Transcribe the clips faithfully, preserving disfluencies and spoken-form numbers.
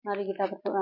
Mari kita berdoa.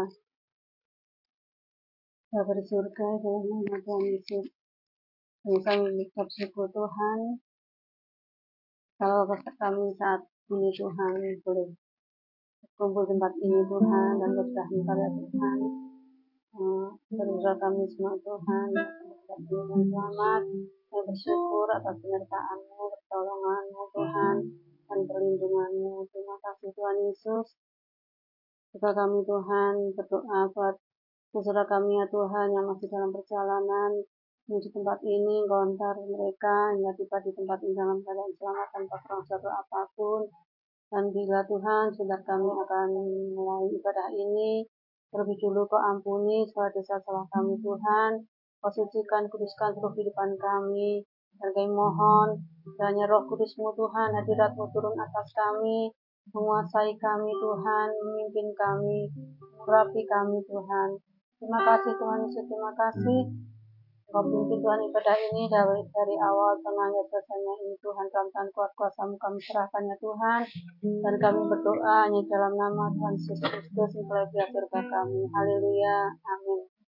Bapa di surga, dalam nama Tuhan Yesus, kami mengucap syukur Tuhan, kalau kami saat ini Tuhan boleh kumpul tempat ini Tuhan, dan bertahan pada Tuhan. Saudara kami semua Tuhan, dengan selamat, kami bersyukur atas penyertaan-Mu, pertolongan-Mu Tuhan, dan perlindungan-Mu. Terima kasih Tuhan Yesus. Juga kami Tuhan berdoa buat saudara kami ya Tuhan yang masih dalam perjalanan menuju tempat ini, Engkau antar mereka hingga tiba di tempat ini dalam keadaan selamat tanpa kurang suatu apapun. Dan bila Tuhan, saudara kami akan mulai ibadah ini, terlebih dulu Kau ampuni segala dosa salah kami Tuhan, Kau sucikan, kuduskan seluruh kehidupan kami, dan kami mohon kiranya Roh Kudus-Mu Tuhan, hadirat-Mu turun atas kami, menguasai kami Tuhan, memimpin kami, mengurapi kami Tuhan. Terima kasih Tuhan Yesus, terima kasih. Kau pimpin Tuhan ibadah ini dari, dari awal, tengahnya, selesainya ini Tuhan, dalam tangan kuat kuasa-Mu kami serahkannya Tuhan. Dan kami berdoa hanya dalam nama Tuhan Yesus Kristus, Engkau di surga kami. Haleluya, amin.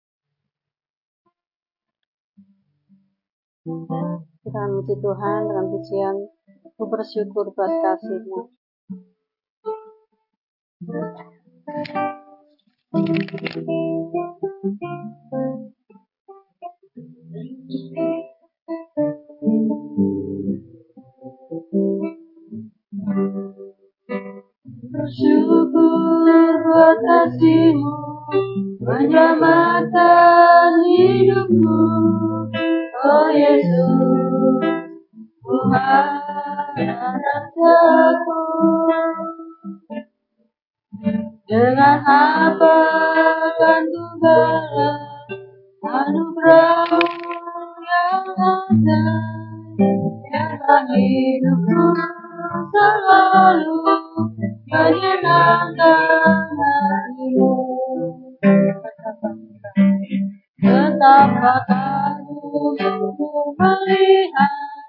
Kita memuji Tuhan dalam pujian, ku bersyukur buat kasih-Mu. Bersyukur buat kasih-Mu menyelamatkan hidupku, oh Yesus, Tuhan anakku. Dengan apa kan ku balas anugerah-Mu yang ada, biarlah hidupku selalu menyenangkan hati-Mu. Betapa kagumku melihat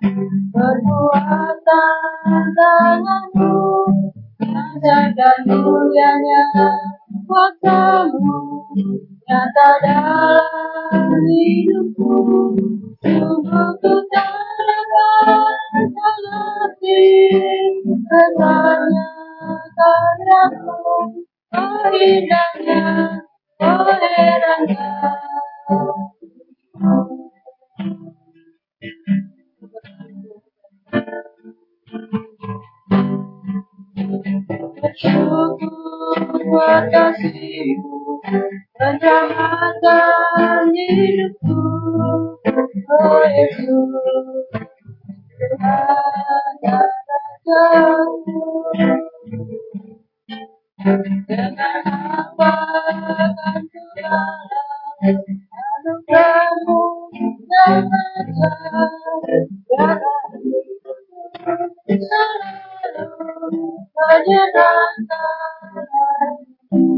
perbuatan tangan-Mu, ajaib dan mulianya kuasa-Mu nyata dalam hidupku. Sungguh ku tak dapat mengerti besarnya karya-Mu, oh indahnya, oh herannya. Bersyukur buat kasih-Mu menyelamatkan hidupku, oh Yesus, Tuhan dan Rajaku. Dengan apa kan ku balas anugerah-Mu yang ajaib, biarlah hidupku selalu menyenangkan hati-Mu.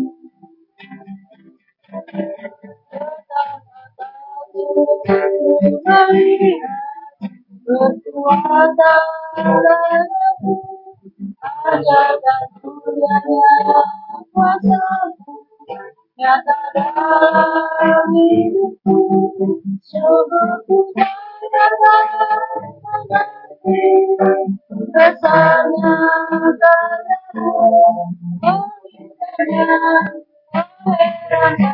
Betapa kagumku melihat perbuatan tangan-Mu, ajaib dan mulianya kuasa-Mu nyata dalam hidupku. Sungguh ku tak dapat mengerti besarnya karya-Mu, oh indahnya, oh herannya.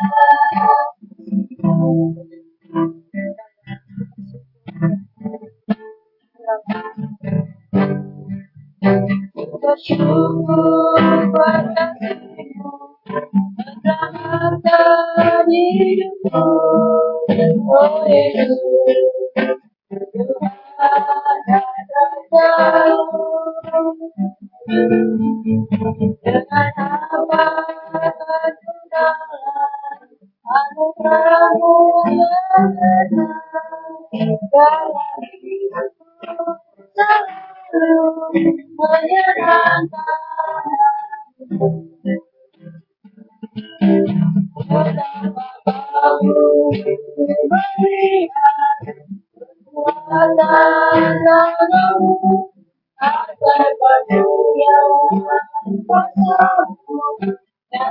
Bersyukur buat kasih-Mu menyelamatkan hidupku, oh Yesus, Tuhan dan Rajaku. Dengan apa kan ku balas anugerah-Mu yang besar, biarlah hidupku selalu menyenangkan hati-Mu. Betapa kagumku melihat perbuatan tangan-Mu, ajaib dan mulia kuasa-Mu nyata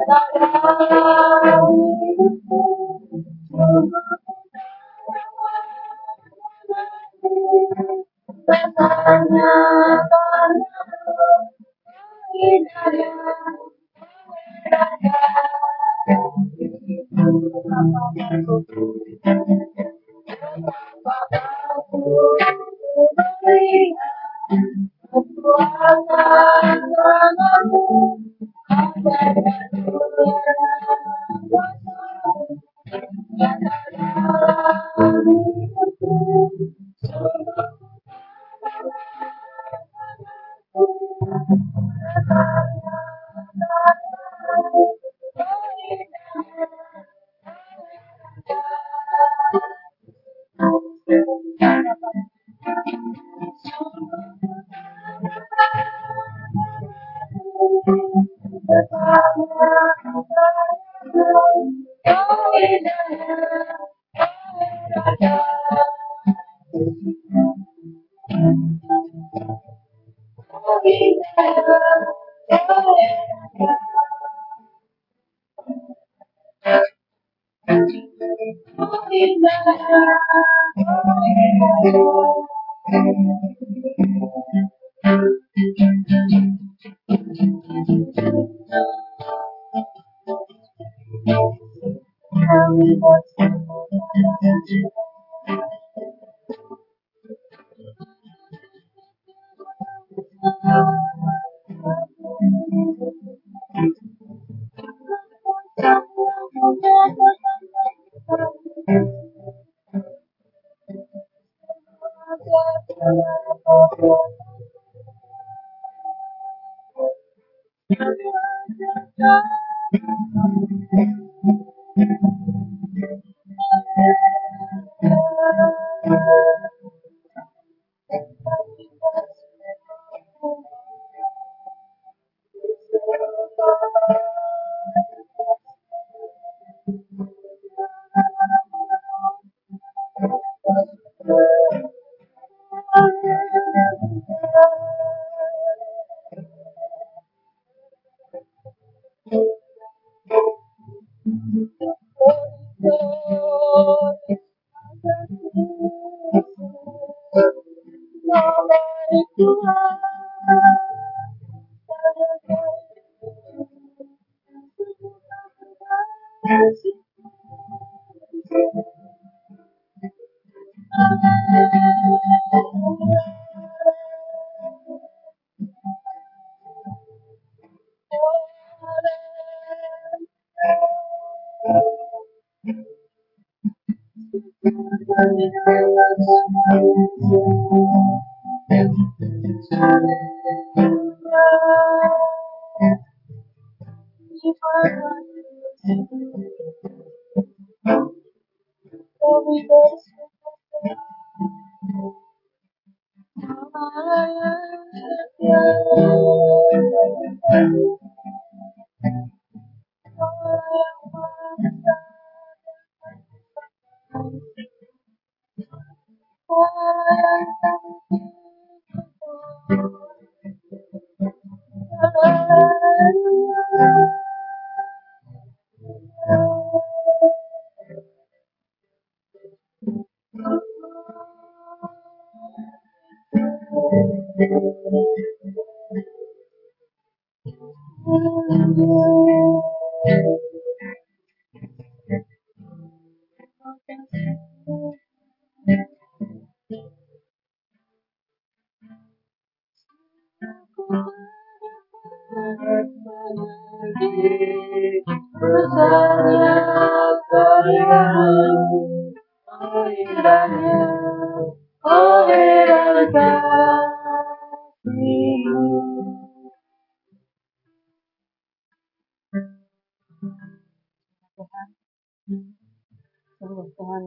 Sungguh Tuhan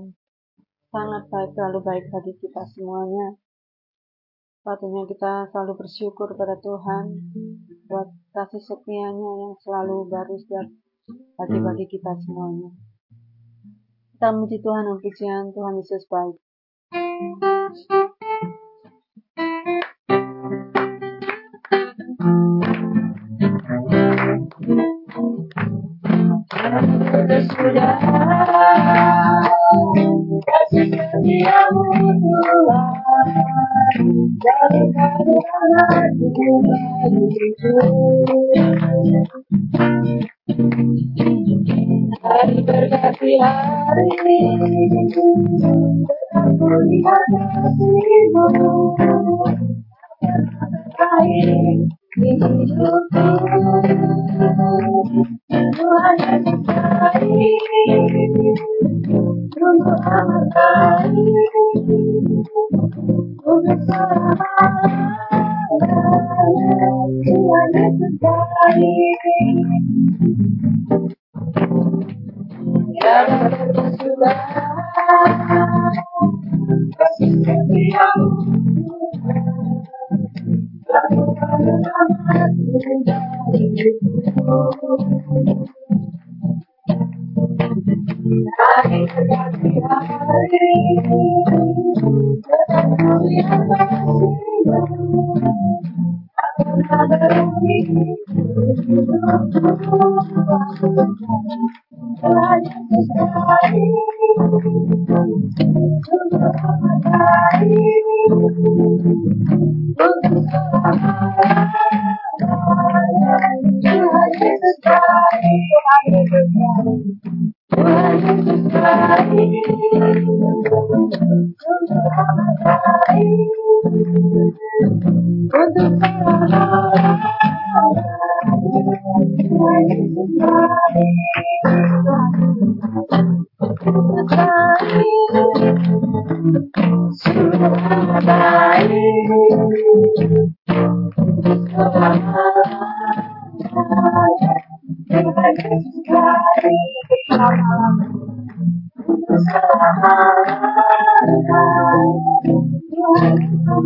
sangat baik, selalu baik bagi kita semuanya. Patutnya kita selalu bersyukur pada Tuhan buat kasih setia-Nya yang selalu baru setiap hari bagi kita semuanya. Kita memuji Tuhan dan pujian Tuhan Yesus baik. sudah kasih setiamu Tuhan daripada hatiku baru itu. Hari berganti hari tetap lihat kasihmu terakhir di hidupku. Tuhan yang baik, sungguh amat baik, untuk selamanya. Tuhan yang baik, tiada tersudah kasih setiamu lakukan amat menjadi hidupku. Hari berganti hari tetap melihat kasihmu akan memenuhi hidupku. Tuhan Yesus baik, sungguh amat baik, untuk selamanya. Tuhan Yesus baik, Tuhan Yesus baik, sungguh amat baik, untuk selamanya. Tuhan Yesus baik, sungguh amat baik, selamanya. Tuhan Yesus baik, untuk selamanya. Tuhan Yesus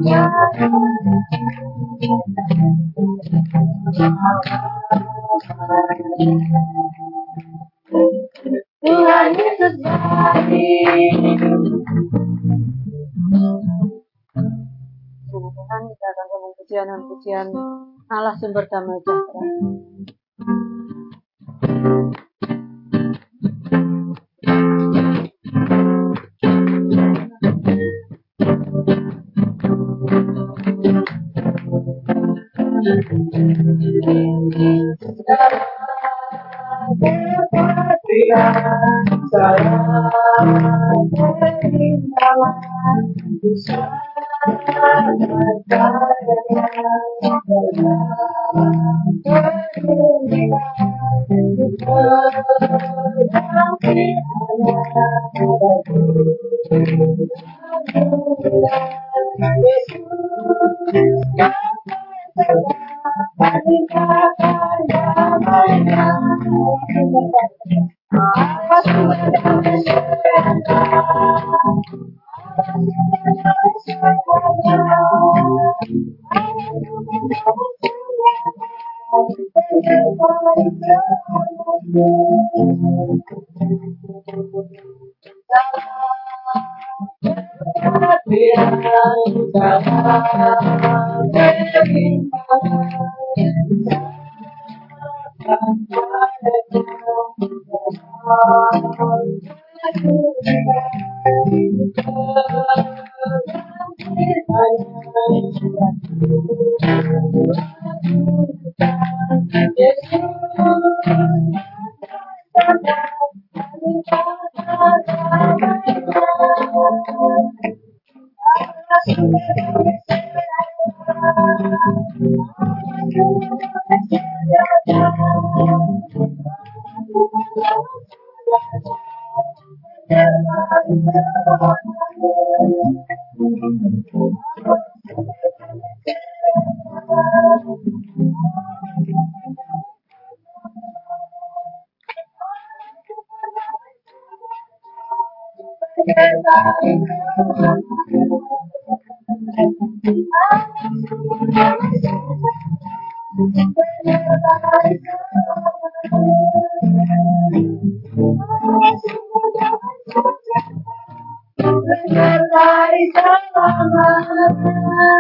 Tuhan Yesus baik. Puji Tuhan, kita akan ngomong pujian dan pujian Allah sumber damai sejahtera.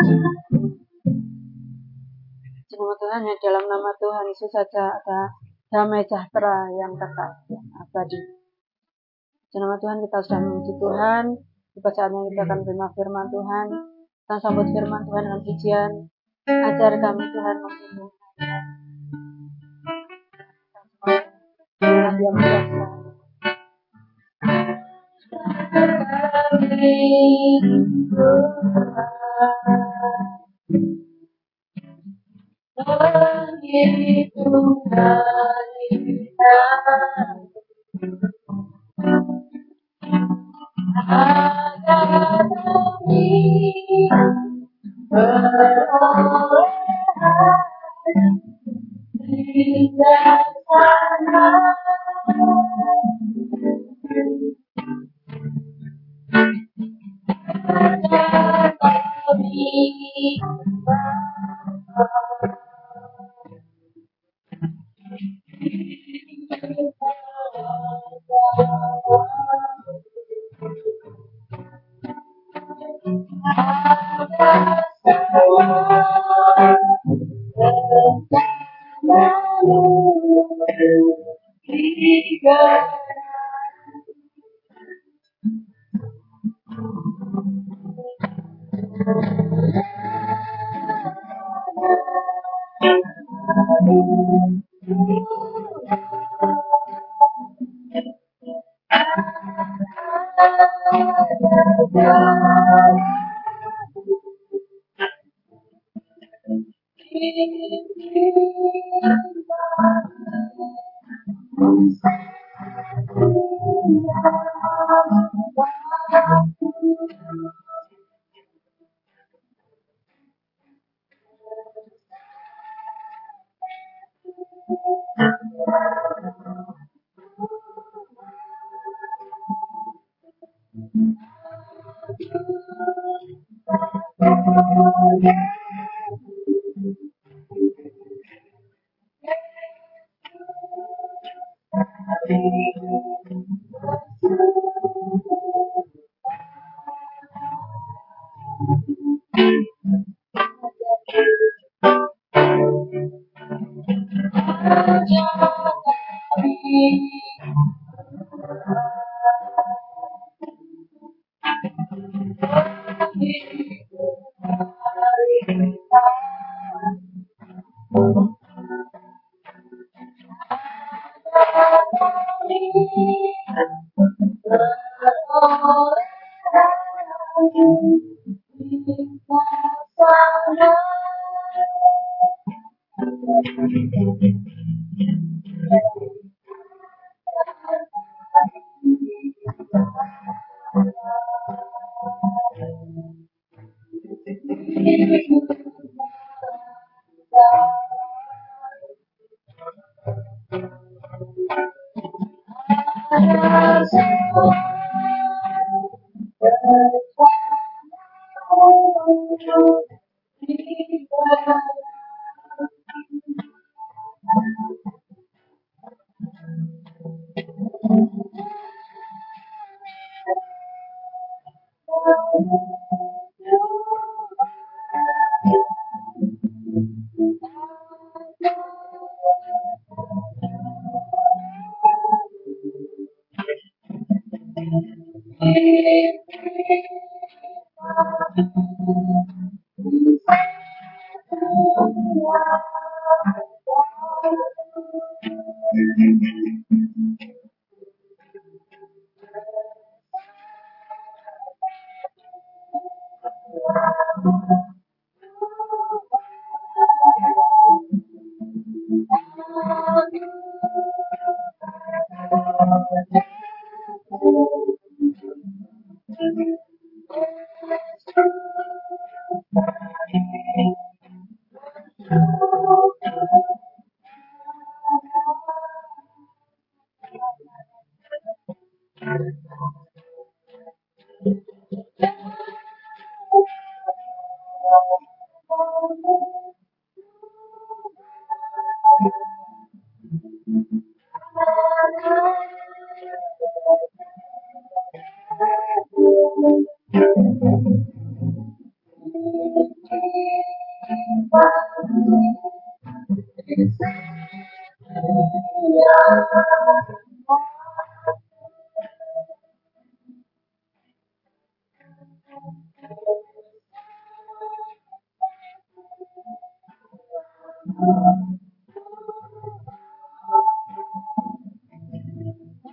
Semoga Tuhan, ya dalam nama Tuhan Yesus saja ada damai sejahtera yang kekal, yang abadi. Nama Tuhan, kita sudah memuji Tuhan. Tiba saatnya kita akan menerima firman Tuhan. Kita sambut firman Tuhan dengan pujian. Ajar kami Tuhan membunuh Tuhan yang biasa.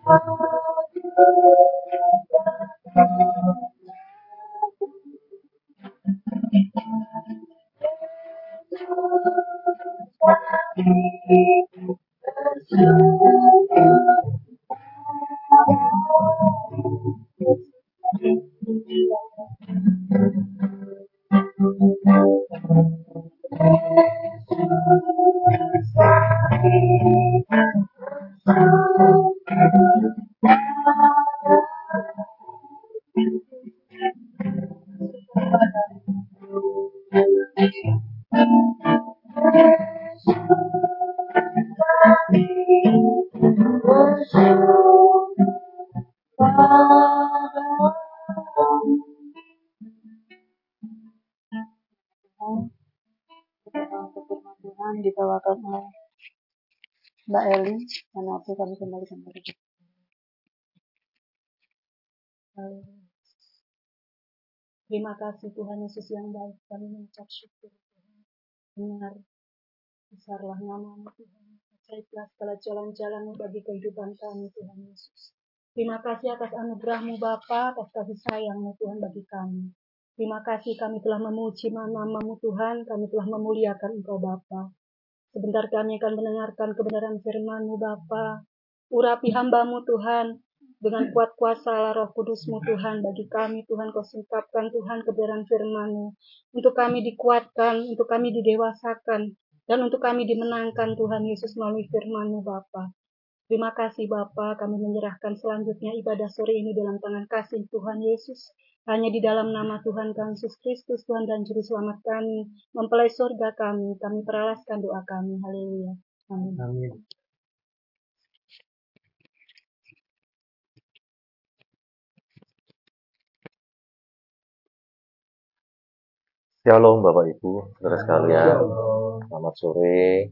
Untuk firman Tuhan dibawakan oleh Mbak Eli, dan nanti kami kembali kembali. Terima kasih Tuhan Yesus yang baik, kami mengucap syukur Tuhan. Benar, besarlah nama-Mu Tuhan. Ajaiblah segala jalan-jalan-Mu bagi kehidupan kami Tuhan Yesus. Terima kasih atas anugerah-Mu Bapa, atas kasih sayang-Mu Tuhan bagi kami. Terima kasih kami telah memuji nama-Mu Tuhan, kami telah memuliakan Engkau Bapa. Sebentar kami akan mendengarkan kebenaran firman-Mu Bapa. Urapi hamba-Mu Tuhan, dengan kuat kuasa Roh Kudus-Mu Tuhan, bagi kami Tuhan Kau singkapkan Tuhan kebenaran firman-Mu, untuk kami dikuatkan, untuk kami didewasakan, dan untuk kami dimenangkan Tuhan Yesus melalui firman-Mu Bapa. Terima kasih Bapa, kami menyerahkan selanjutnya ibadah sore ini dalam tangan kasih Tuhan Yesus. Hanya di dalam nama Tuhan kami Yesus Kristus, Tuhan dan Juru Selamat kami, mempelai surga kami, kami peralaskan doa kami. Haleluya. Amin. Amin. Shalom Bapak Ibu, saudara sekalian. Selamat sore.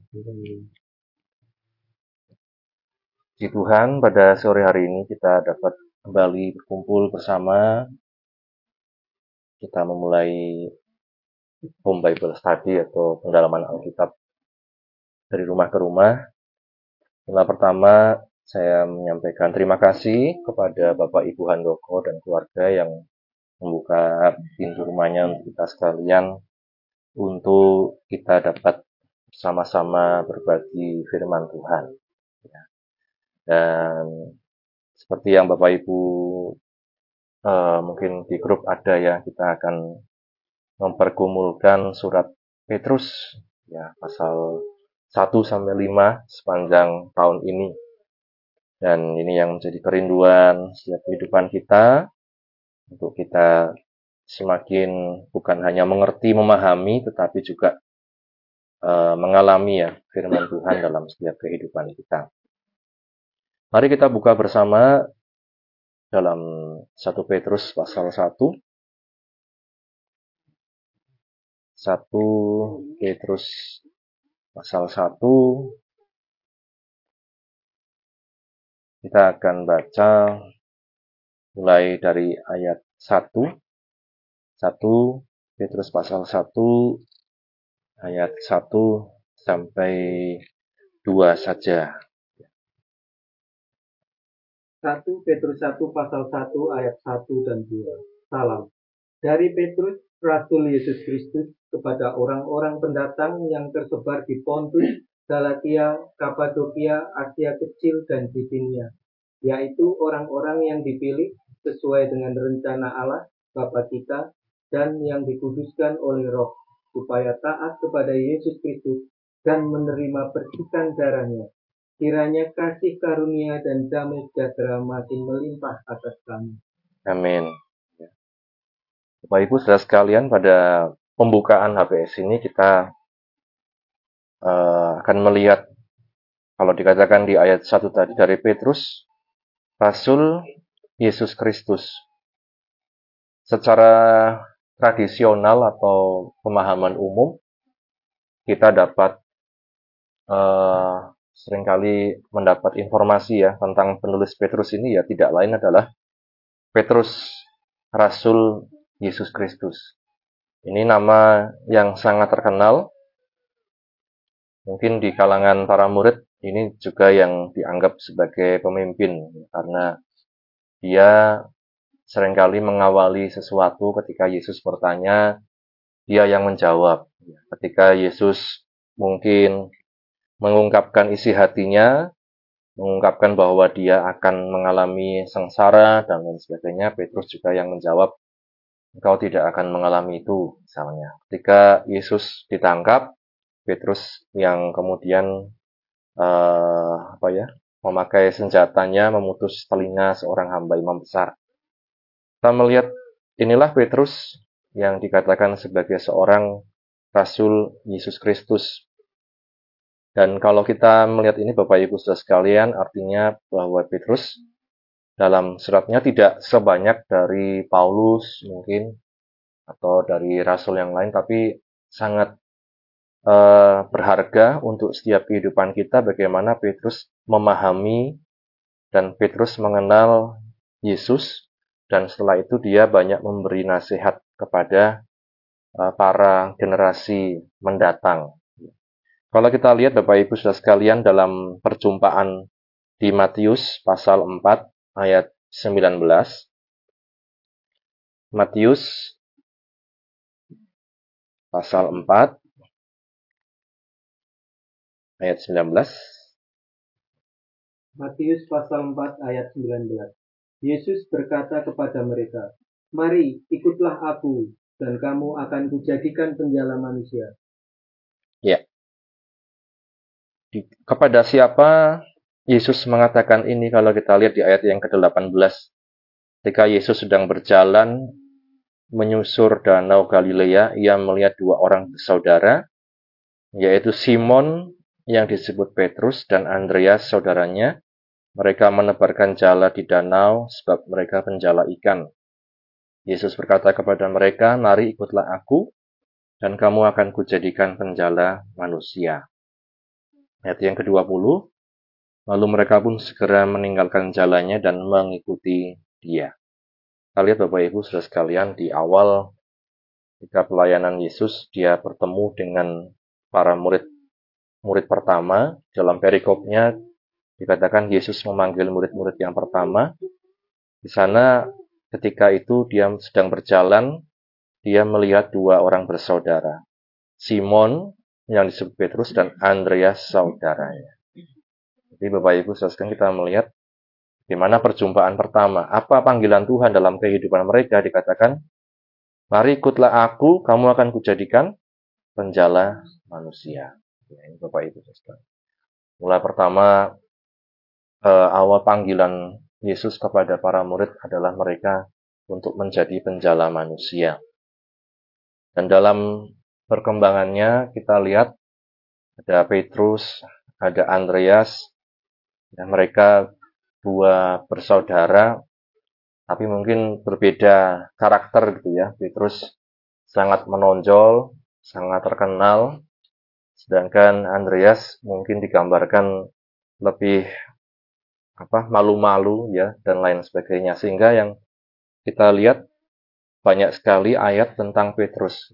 Puji Tuhan, pada sore hari ini kita dapat kembali berkumpul bersama. Kita memulai Home Bible Study atau pendalaman Alkitab dari rumah ke rumah. Yang pertama, saya menyampaikan terima kasih kepada Bapak Ibu Handoko dan keluarga yang membuka pintu rumahnya untuk kita sekalian, untuk kita dapat bersama-sama berbagi firman Tuhan. Dan seperti yang Bapak Ibu uh, mungkin di grup ada ya, kita akan mempergumulkan surat Petrus ya, pasal satu sampai lima sepanjang tahun ini. Dan ini yang menjadi kerinduan setiap kehidupan kita, untuk kita semakin bukan hanya mengerti, memahami, tetapi juga uh, mengalami ya firman Tuhan dalam setiap kehidupan kita. Mari kita buka bersama dalam satu Petrus pasal satu. satu Petrus pasal satu. Kita akan baca mulai dari ayat satu. satu Petrus pasal satu ayat satu sampai dua saja. satu Petrus satu pasal satu ayat satu dan dua. Salam. Dari Petrus, Rasul Yesus Kristus, kepada orang-orang pendatang yang tersebar di Pontus, Galatia, Kapadokia, Asia Kecil, dan Bitinia, yaitu orang-orang yang dipilih sesuai dengan rencana Allah, Bapa kita, dan yang dikuduskan oleh Roh, supaya taat kepada Yesus Kristus dan menerima percikan darahnya. Kiranya kasih karunia dan damai sejahtera makin melimpah atas kami. Amin. Bapak Ibu saudara sekalian, pada pembukaan H B S ini kita uh, akan melihat, kalau dikatakan di ayat satu tadi, dari Petrus, Rasul Yesus Kristus. Secara tradisional atau pemahaman umum, kita dapat uh, seringkali mendapat informasi ya tentang penulis Petrus ini, ya tidak lain adalah Petrus, Rasul Yesus Kristus. Ini nama yang sangat terkenal. Mungkin di kalangan para murid ini juga yang dianggap sebagai pemimpin, karena dia seringkali mengawali sesuatu ketika Yesus bertanya, dia yang menjawab. Ketika Yesus mungkin mengungkapkan isi hatinya, mengungkapkan bahwa dia akan mengalami sengsara dan lain sebagainya, Petrus juga yang menjawab, engkau tidak akan mengalami itu, misalnya. Ketika Yesus ditangkap, Petrus yang kemudian eh, apa ya, memakai senjatanya memutus telinga seorang hamba imam besar. Kita melihat inilah Petrus yang dikatakan sebagai seorang Rasul Yesus Kristus. Dan kalau kita melihat ini Bapak Ibu Saudara sekalian, artinya bahwa Petrus dalam suratnya tidak sebanyak dari Paulus mungkin, atau dari Rasul yang lain, tapi sangat eh, berharga untuk setiap kehidupan kita bagaimana Petrus memahami dan Petrus mengenal Yesus, dan setelah itu dia banyak memberi nasihat kepada uh, para generasi mendatang. Kalau kita lihat Bapak Ibu Saudara sekalian dalam perjumpaan di Matius pasal empat ayat sembilan belas. Matius pasal empat ayat sembilan belas. Matius pasal empat ayat sembilan belas. Yesus berkata kepada mereka, mari ikutlah aku, dan kamu akan kujadikan penjala manusia. Ya. Di, kepada siapa Yesus mengatakan ini kalau kita lihat di ayat yang ke delapan belas. Ketika Yesus sedang berjalan menyusur danau Galilea, ia melihat dua orang bersaudara, yaitu Simon yang disebut Petrus dan Andreas saudaranya. Mereka menebarkan jala di danau sebab mereka penjala ikan. Yesus berkata kepada mereka, mari ikutlah aku, dan kamu akan kujadikan penjala manusia. Ayat yang kedua puluh, lalu mereka pun segera meninggalkan jalannya dan mengikuti dia. Kita lihat Bapak Ibu Saudara sekalian, di awal ketika pelayanan Yesus, dia bertemu dengan para murid murid pertama. Dalam perikopnya dikatakan Yesus memanggil murid-murid yang pertama. Di sana ketika itu dia sedang berjalan, dia melihat dua orang bersaudara. Simon yang disebut Petrus dan Andreas saudaranya. Jadi Bapak Ibu Saudara kita melihat di mana perjumpaan pertama, apa panggilan Tuhan dalam kehidupan mereka, dikatakan, mari ikutlah aku, kamu akan kujadikan penjala manusia. Ya, ini Bapak Ibu Saudara. Mulai pertama, eh, awal panggilan Yesus kepada para murid adalah mereka untuk menjadi penjala manusia. Dan dalam perkembangannya kita lihat ada Petrus, ada Andreas, dan mereka dua bersaudara, tapi mungkin berbeda karakter gitu ya. Petrus sangat menonjol, sangat terkenal, sedangkan Andreas mungkin digambarkan lebih apa malu-malu ya dan lain sebagainya. Sehingga yang kita lihat banyak sekali ayat tentang Petrus.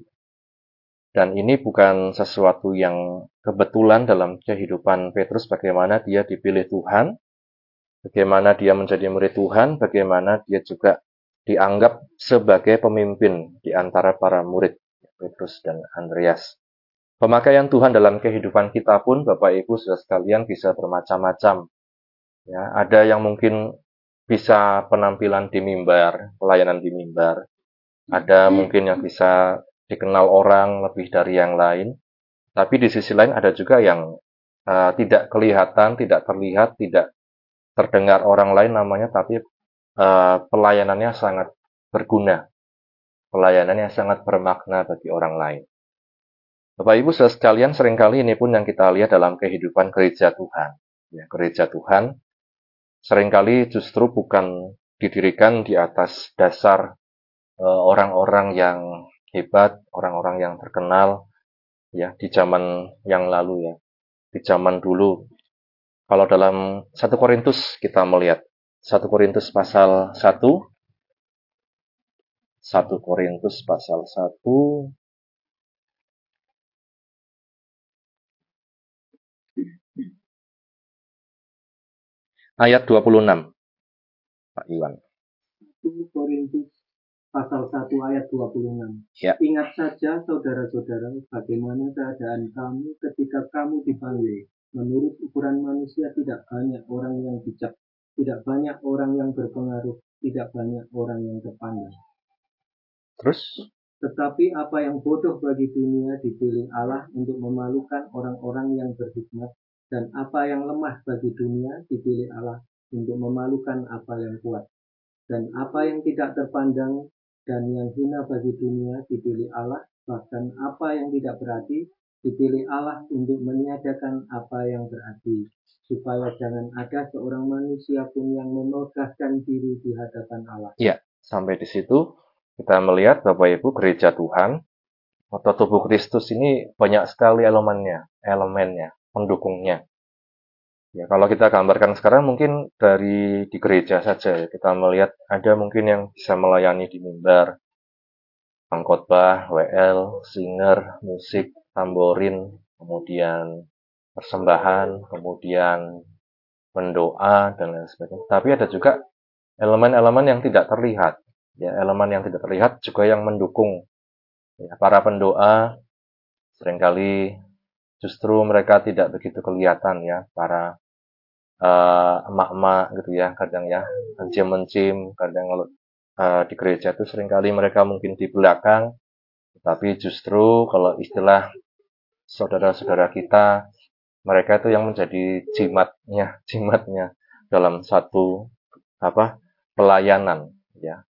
Dan ini bukan sesuatu yang kebetulan dalam kehidupan Petrus, bagaimana dia dipilih Tuhan, bagaimana dia menjadi murid Tuhan, bagaimana dia juga dianggap sebagai pemimpin di antara para murid Petrus dan Andreas. Pemakaian Tuhan dalam kehidupan kita pun, Bapak Ibu Saudara sekalian, bisa bermacam-macam. Ya, ada yang mungkin bisa penampilan di mimbar, pelayanan di mimbar. Ada mungkin yang bisa dikenal orang lebih dari yang lain. Tapi di sisi lain ada juga yang uh, tidak kelihatan, tidak terlihat, tidak terdengar orang lain namanya, tapi uh, pelayanannya sangat berguna. Pelayanannya sangat bermakna bagi orang lain. Bapak Ibu Saudara sekalian, seringkali ini pun yang kita lihat dalam kehidupan gereja Tuhan. Ya, gereja Tuhan seringkali justru bukan didirikan di atas dasar uh, orang-orang yang hebat, orang-orang yang terkenal, ya di zaman yang lalu ya, di zaman dulu. Kalau dalam satu Korintus kita melihat satu Korintus pasal satu, satu Korintus pasal satu ayat dua puluh enam, Pak Iwan. satu Korintus pasal satu ayat dua puluh enam. Ya. Ingat saja saudara-saudara, bagaimana keadaan kamu ketika kamu dipanggil. Menurut ukuran manusia tidak banyak orang yang bijak, tidak banyak orang yang berpengaruh, tidak banyak orang yang terpandang. Terus? Tetapi apa yang bodoh bagi dunia dipilih Allah untuk memalukan orang-orang yang berhikmat, dan apa yang lemah bagi dunia dipilih Allah untuk memalukan apa yang kuat. Dan apa yang tidak terpandang dan yang hina bagi dunia dipilih Allah, bahkan apa yang tidak berarti dipilih Allah untuk meniadakan apa yang berarti, supaya jangan ada seorang manusia pun yang memegahkan diri di hadapan Allah. Ya, sampai di situ kita melihat Bapak Ibu gereja Tuhan atau tubuh Kristus ini banyak sekali elemennya, elemennya, pendukungnya. Ya, kalau kita gambarkan sekarang mungkin dari di gereja saja, kita melihat ada mungkin yang bisa melayani di mimbar, pengkhotbah, W L, singer, musik, tamborin, kemudian persembahan, kemudian mendoa dan lain sebagainya. Tapi ada juga elemen-elemen yang tidak terlihat. Ya, elemen yang tidak terlihat juga yang mendukung. Ya, para pendoa seringkali justru mereka tidak begitu kelihatan ya, para uh, emak-emak gitu ya, kadang ya mencim-mencim, kadang kalau uh, di gereja itu seringkali mereka mungkin di belakang, tapi justru kalau istilah saudara-saudara kita, mereka itu yang menjadi jimatnya, jimatnya dalam satu apa pelayanan ya.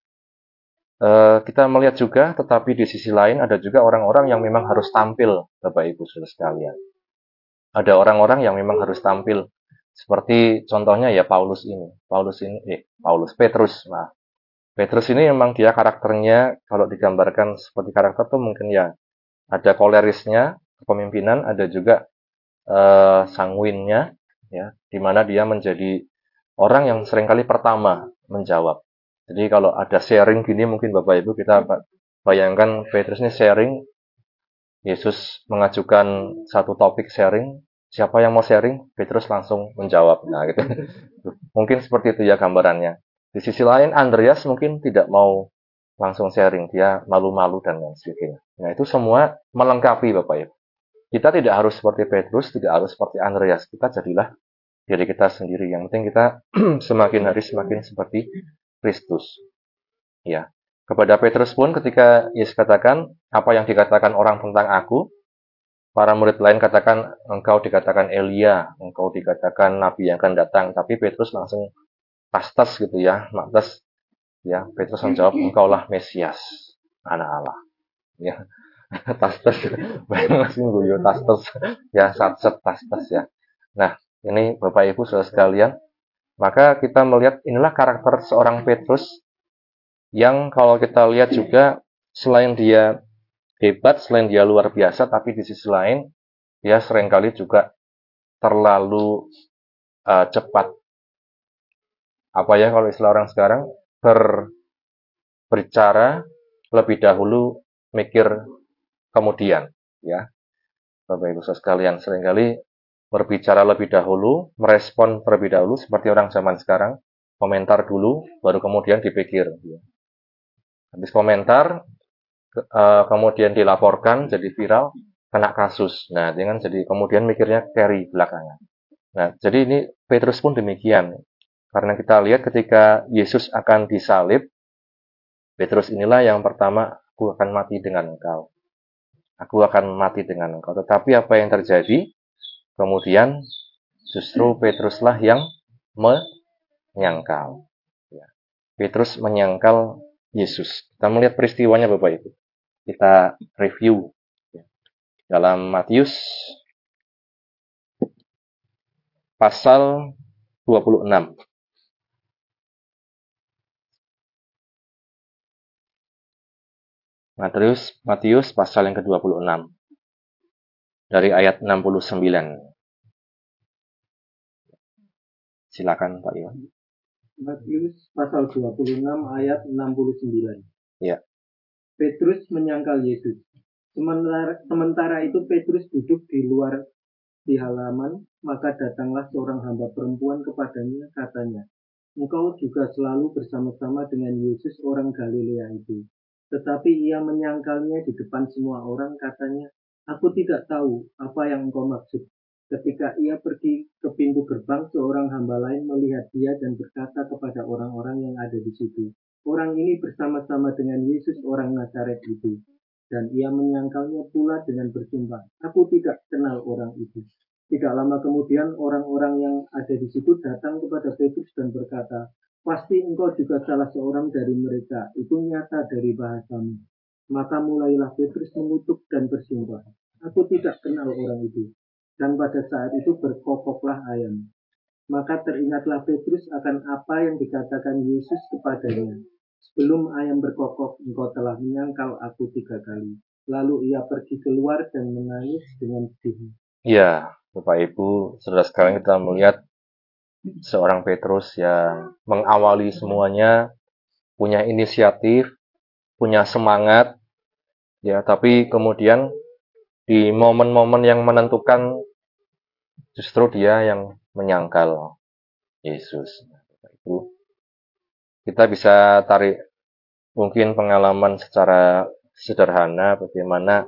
Uh, kita melihat juga, tetapi di sisi lain ada juga orang-orang yang memang harus tampil, Bapak Ibu Saudara sekalian. Ada orang-orang yang memang harus tampil, seperti contohnya ya Paulus ini. Paulus ini, eh Paulus Petrus, nah Petrus ini memang dia karakternya kalau digambarkan seperti karakter tuh mungkin ya ada kolerisnya, kepemimpinan, ada juga uh, sanguinnya, ya, di mana dia menjadi orang yang seringkali pertama menjawab. Jadi kalau ada sharing gini mungkin Bapak Ibu kita bayangkan Petrus ini sharing, Yesus mengajukan satu topik sharing, siapa yang mau sharing? Petrus langsung menjawab. Nah, gitu. Mungkin seperti itu ya gambarannya. Di sisi lain Andreas mungkin tidak mau langsung sharing, dia malu-malu dan lain sebagainya. Nah, itu semua melengkapi Bapak Ibu. Kita tidak harus seperti Petrus, tidak harus seperti Andreas. Kita jadilah diri kita sendiri. Yang penting kita semakin hari semakin seperti Kristus. Ya. Kepada Petrus pun ketika Yesus katakan, apa yang dikatakan orang tentang aku, para murid lain katakan, engkau dikatakan Elia, engkau dikatakan Nabi yang akan datang. Tapi Petrus langsung tastas gitu ya, maktas. Ya, Petrus menjawab, engkaulah Mesias, anak Allah. Ya, tastas. Masih guyu tastas. Ya, sat-set tastas ya. Nah, ini Bapak Ibu Saudara sekalian, maka kita melihat inilah karakter seorang Petrus yang kalau kita lihat juga selain dia hebat, selain dia luar biasa, tapi di sisi lain dia seringkali juga terlalu uh, cepat. Apa ya kalau istilah orang sekarang, ber, berbicara lebih dahulu, mikir kemudian. Ya, Bapak Ibu Saudara sekalian, seringkali berbicara lebih dahulu, merespon terlebih dahulu, seperti orang zaman sekarang, komentar dulu, baru kemudian dipikir. Ya. Habis komentar, Uh, kemudian dilaporkan jadi viral, kena kasus. Nah, dengan jadi kemudian mikirnya carry belakangan. Nah, jadi ini Petrus pun demikian. Karena kita lihat ketika Yesus akan disalib, Petrus inilah yang pertama, aku akan mati dengan engkau. Aku akan mati dengan engkau. Tetapi apa yang terjadi? Kemudian justru Petruslah yang menyangkal. Ya. Petrus menyangkal Yesus. Kita melihat peristiwanya Bapak Ibu. Kita review dalam Matius pasal dua puluh enam. Matius, Matius pasal yang ke dua puluh enam. Dari ayat enam puluh sembilan. Silakan Pak Iwan. Matius pasal dua puluh enam ayat enam puluh sembilan. Ya. Petrus menyangkal Yesus. Sementara, sementara itu Petrus duduk di luar di halaman, maka datanglah seorang hamba perempuan kepadanya, katanya, "Engkau juga selalu bersama-sama dengan Yesus orang Galilea itu." Tetapi ia menyangkalnya di depan semua orang, katanya, "Aku tidak tahu apa yang engkau maksud." Ketika ia pergi ke pintu gerbang, seorang hamba lain melihat dia dan berkata kepada orang-orang yang ada di situ, "Orang ini bersama-sama dengan Yesus orang Nazaret itu." Dan ia menyangkalnya pula dengan bersumpah, "Aku tidak kenal orang itu." Tidak lama kemudian orang-orang yang ada di situ datang kepada Petrus dan berkata, "Pasti engkau juga salah seorang dari mereka, itu nyata dari bahasamu." Maka mulailah Petrus mengutuk dan bersumpah, "Aku tidak kenal orang itu." Dan pada saat itu berkokoklah ayam. Maka teringatlah Petrus akan apa yang dikatakan Yesus kepadanya, "Sebelum ayam berkokok, engkau telah menyangkal aku tiga kali." Lalu ia pergi keluar dan menangis dengan sedih. Ya, Bapak Ibu, saudara sekarang kita melihat seorang Petrus yang mengawali semuanya, punya inisiatif, punya semangat, ya, tapi kemudian di momen-momen yang menentukan justru dia yang menyangkal Yesus. Bapak Ibu, kita bisa tarik mungkin pengalaman secara sederhana bagaimana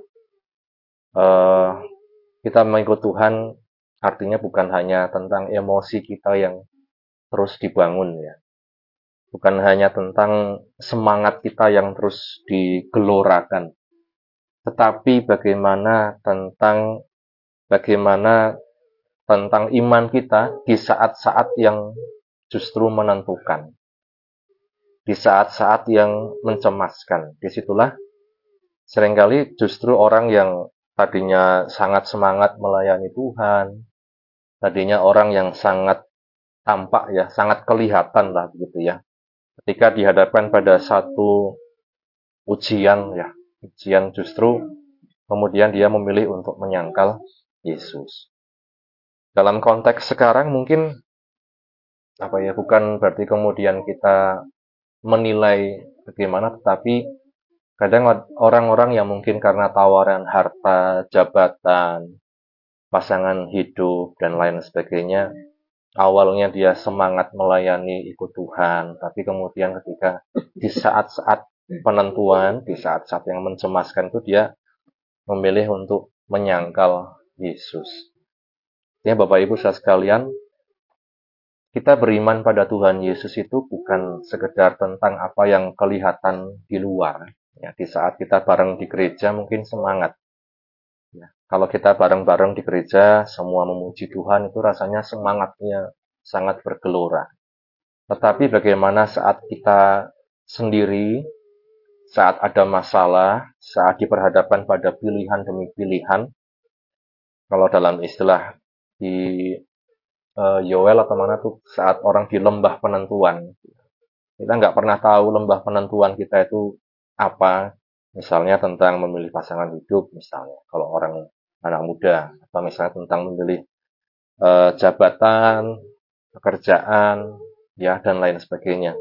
eh, kita mengikut Tuhan artinya bukan hanya tentang emosi kita yang terus dibangun ya. Bukan hanya tentang semangat kita yang terus digelorakan, tetapi bagaimana tentang bagaimana tentang iman kita di saat-saat yang justru menentukan, di saat-saat yang mencemaskan. Disitulah seringkali justru orang yang tadinya sangat semangat melayani Tuhan, tadinya orang yang sangat tampak ya, sangat kelihatan lah gitu ya. Ketika dihadapkan pada satu ujian ya, ujian justru kemudian dia memilih untuk menyangkal Yesus. Dalam konteks sekarang mungkin apa ya, bukan berarti kemudian kita menilai bagaimana, tetapi kadang orang-orang yang mungkin karena tawaran harta, jabatan, pasangan hidup, dan lain sebagainya, awalnya dia semangat melayani ikut Tuhan, tapi kemudian ketika di saat-saat penentuan, di saat-saat yang mencemaskan itu dia memilih untuk menyangkal Yesus. Ya Bapak Ibu saudara sekalian, kita beriman pada Tuhan Yesus itu bukan sekedar tentang apa yang kelihatan di luar. Ya, di saat kita bareng di gereja mungkin semangat. Ya, kalau kita bareng-bareng di gereja, semua memuji Tuhan itu rasanya semangatnya sangat bergelora. Tetapi bagaimana saat kita sendiri, saat ada masalah, saat diperhadapkan pada pilihan demi pilihan, kalau dalam istilah di uh, Yoel atau mana tuh, saat orang di lembah penentuan, kita nggak pernah tahu lembah penentuan kita itu apa. Misalnya tentang memilih pasangan hidup, misalnya kalau orang anak muda, atau misalnya tentang memilih uh, jabatan, pekerjaan, ya dan lain sebagainya.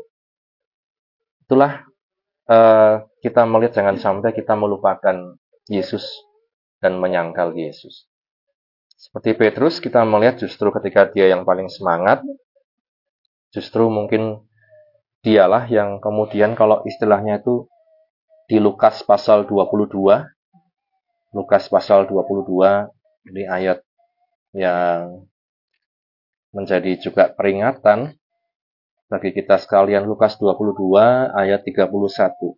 Itulah uh, kita melihat jangan sampai kita melupakan Yesus dan menyangkal Yesus. Seperti Petrus, kita melihat justru ketika dia yang paling semangat, justru mungkin dialah yang kemudian kalau istilahnya itu di Lukas pasal dua puluh dua, Lukas pasal dua puluh dua, ini ayat yang menjadi juga peringatan bagi kita sekalian. Lukas dua puluh dua ayat tiga puluh satu.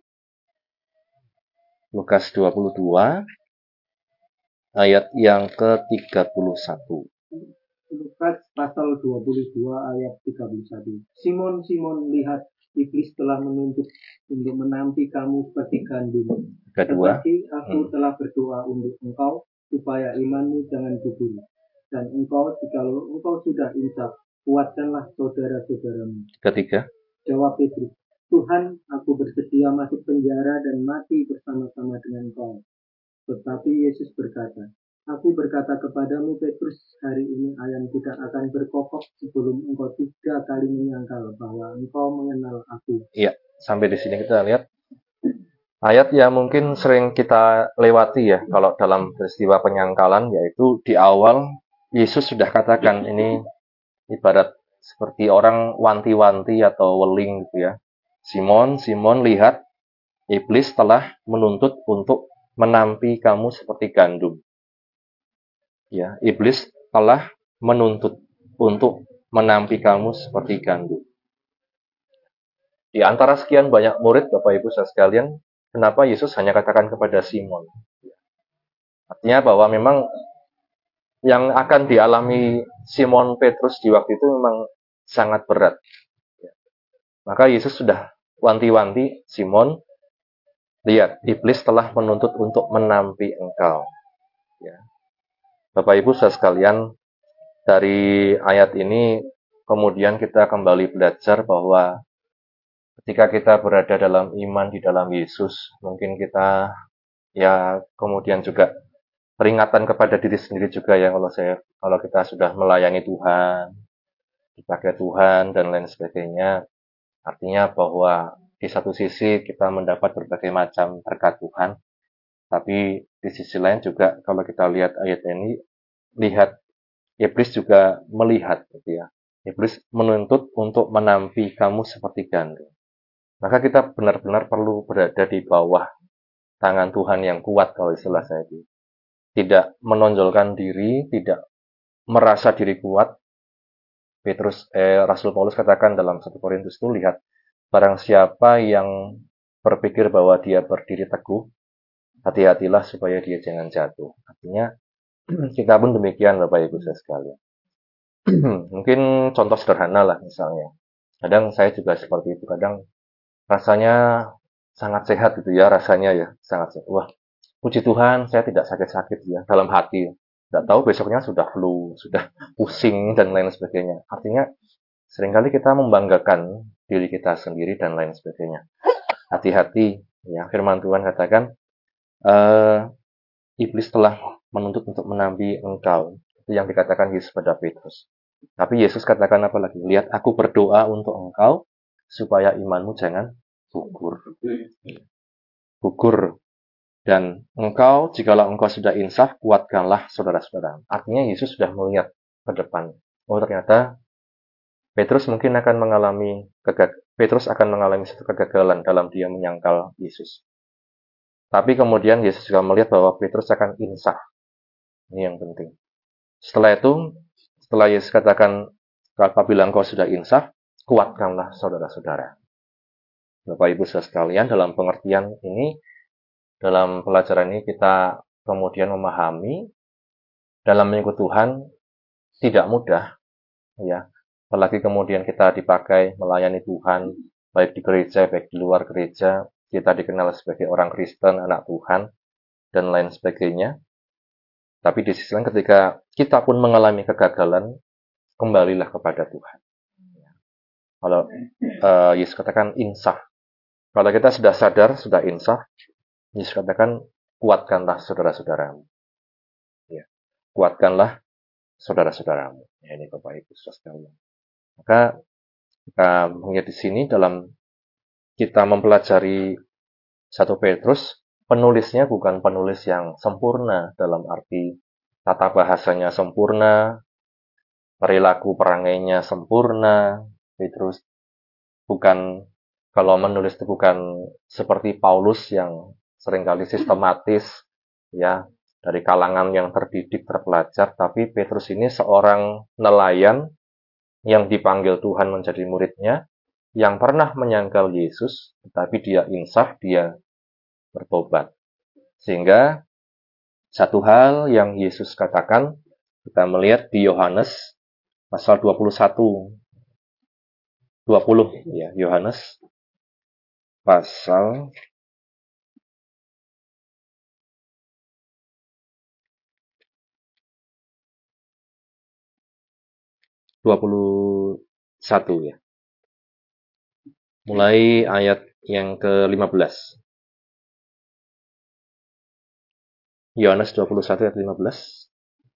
Lukas dua puluh dua ayat yang ke tiga puluh satu. Lukas pasal dua puluh dua ayat tiga puluh satu. "Simon, Simon, lihat, iblis telah menuntut untuk menampi kamu seperti gandum. Kedua, Tetapi aku hmm. telah berdoa untuk engkau, supaya imanmu jangan gugur. Dan engkau, jikalau engkau sudah insaf, kuatkanlah saudara-saudaramu." Ketiga, jawab Petrus, "Tuhan, aku bersedia masuk penjara dan mati bersama-sama dengan engkau." Tetapi Yesus berkata, "Aku berkata kepadamu Petrus, hari ini ayam tidak akan berkokok sebelum engkau tiga kali menyangkal bahwa engkau mengenal aku." Iya, sampai di sini kita lihat ayat yang mungkin sering kita lewati ya kalau dalam peristiwa penyangkalan, yaitu di awal Yesus sudah katakan ini ibarat seperti orang wanti-wanti atau weling gitu ya. Simon, Simon, lihat, iblis telah menuntut untuk menampi kamu seperti gandum. Ya, iblis telah menuntut untuk menampi kamu seperti gandum. Di antara sekian banyak murid, Bapak Ibu saudara sekalian, kenapa Yesus hanya katakan kepada Simon? Artinya bahwa memang yang akan dialami Simon Petrus di waktu itu memang sangat berat. Maka Yesus sudah wanti-wanti, Simon, lihat, iblis telah menuntut untuk menampi engkau. Ya. Bapak Ibu saudara sekalian, dari ayat ini kemudian kita kembali belajar bahwa ketika kita berada dalam iman di dalam Yesus, mungkin kita ya kemudian juga peringatan kepada diri sendiri juga ya, kalau saya kalau kita sudah melayani Tuhan, dipakai Tuhan dan lain sebagainya. Artinya bahwa di satu sisi kita mendapat berbagai macam berkat Tuhan, tapi di sisi lain juga kalau kita lihat ayat ini, lihat iblis juga melihat gitu ya. Iblis menuntut untuk menampi kamu seperti gandum. Maka kita benar-benar perlu berada di bawah tangan Tuhan yang kuat kalau istilah saya itu. Tidak menonjolkan diri, tidak merasa diri kuat. Petrus eh, Rasul Paulus katakan dalam satu Korintus itu, lihat, barang siapa yang berpikir bahwa dia berdiri teguh, hati-hatilah supaya dia jangan jatuh. Artinya kita pun demikian Bapak Ibu saya sekalian. Mungkin contoh sederhana lah misalnya. Kadang saya juga seperti itu, kadang rasanya sangat sehat gitu ya, rasanya ya, sangat sehat. Wah, puji Tuhan saya tidak sakit-sakit ya, dalam hati. Tidak tahu besoknya sudah flu, sudah pusing, dan lain sebagainya. Artinya, seringkali kita membanggakan diri kita sendiri dan lain sebagainya. Hati-hati, ya, firman Tuhan katakan, eh, iblis telah menuntut untuk menampi engkau. Itu yang dikatakan Yesus pada Petrus. Tapi Yesus katakan apa lagi? Lihat, aku berdoa untuk engkau, supaya imanmu jangan gugur. Gugur. Dan engkau, jikalau engkau sudah insaf, kuatkanlah saudara-saudara. Artinya Yesus sudah melihat ke depan. Oh, ternyata Petrus mungkin akan mengalami kegag- Petrus akan mengalami satu kegagalan dalam dia menyangkal Yesus. Tapi kemudian Yesus juga melihat bahwa Petrus akan insaf. Ini yang penting. Setelah itu, setelah Yesus katakan, apabila engkau sudah insaf, kuatkanlah saudara-saudara. Bapak Ibu saudara sekalian, dalam pengertian ini, dalam pelajaran ini kita kemudian memahami dalam mengikut Tuhan tidak mudah, ya. Apalagi kemudian kita dipakai melayani Tuhan, baik di gereja, baik di luar gereja, kita dikenal sebagai orang Kristen, anak Tuhan, dan lain sebagainya. Tapi di sisi lain ketika kita pun mengalami kegagalan, kembalilah kepada Tuhan. Kalau uh, Yesus katakan insaf. Kalau kita sudah sadar, sudah insaf, Yesus katakan, kuatkanlah saudara-saudaramu. Ya, kuatkanlah saudara-saudaramu. Ya, ini Bapak Ibu saudara sekalian. Maka kita melihat di sini dalam kita mempelajari satu Petrus, penulisnya bukan penulis yang sempurna dalam arti tata bahasanya sempurna, perilaku perangainya sempurna. Petrus bukan, kalau menulis itu bukan seperti Paulus yang seringkali sistematis, ya, dari kalangan yang terdidik, terpelajar, tapi Petrus ini seorang nelayan yang dipanggil Tuhan menjadi muridnya, yang pernah menyangkal Yesus, tetapi dia insaf, dia bertobat. Sehingga satu hal yang Yesus katakan, kita melihat di Yohanes pasal dua puluh satu, dua puluh, ya, Yohanes pasal dua puluh satu, ya. Mulai ayat yang ke lima belas. Yohanes dua puluh satu ayat lima belas.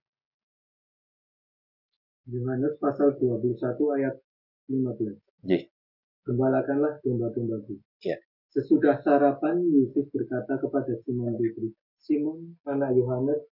Yohanes pasal dua puluh satu ayat lima belas. Ye. Gembalakanlah domba-dombaku. Ya. Sesudah sarapan, Yesus berkata kepada Simon Petrus, Simon, anak Yohanes,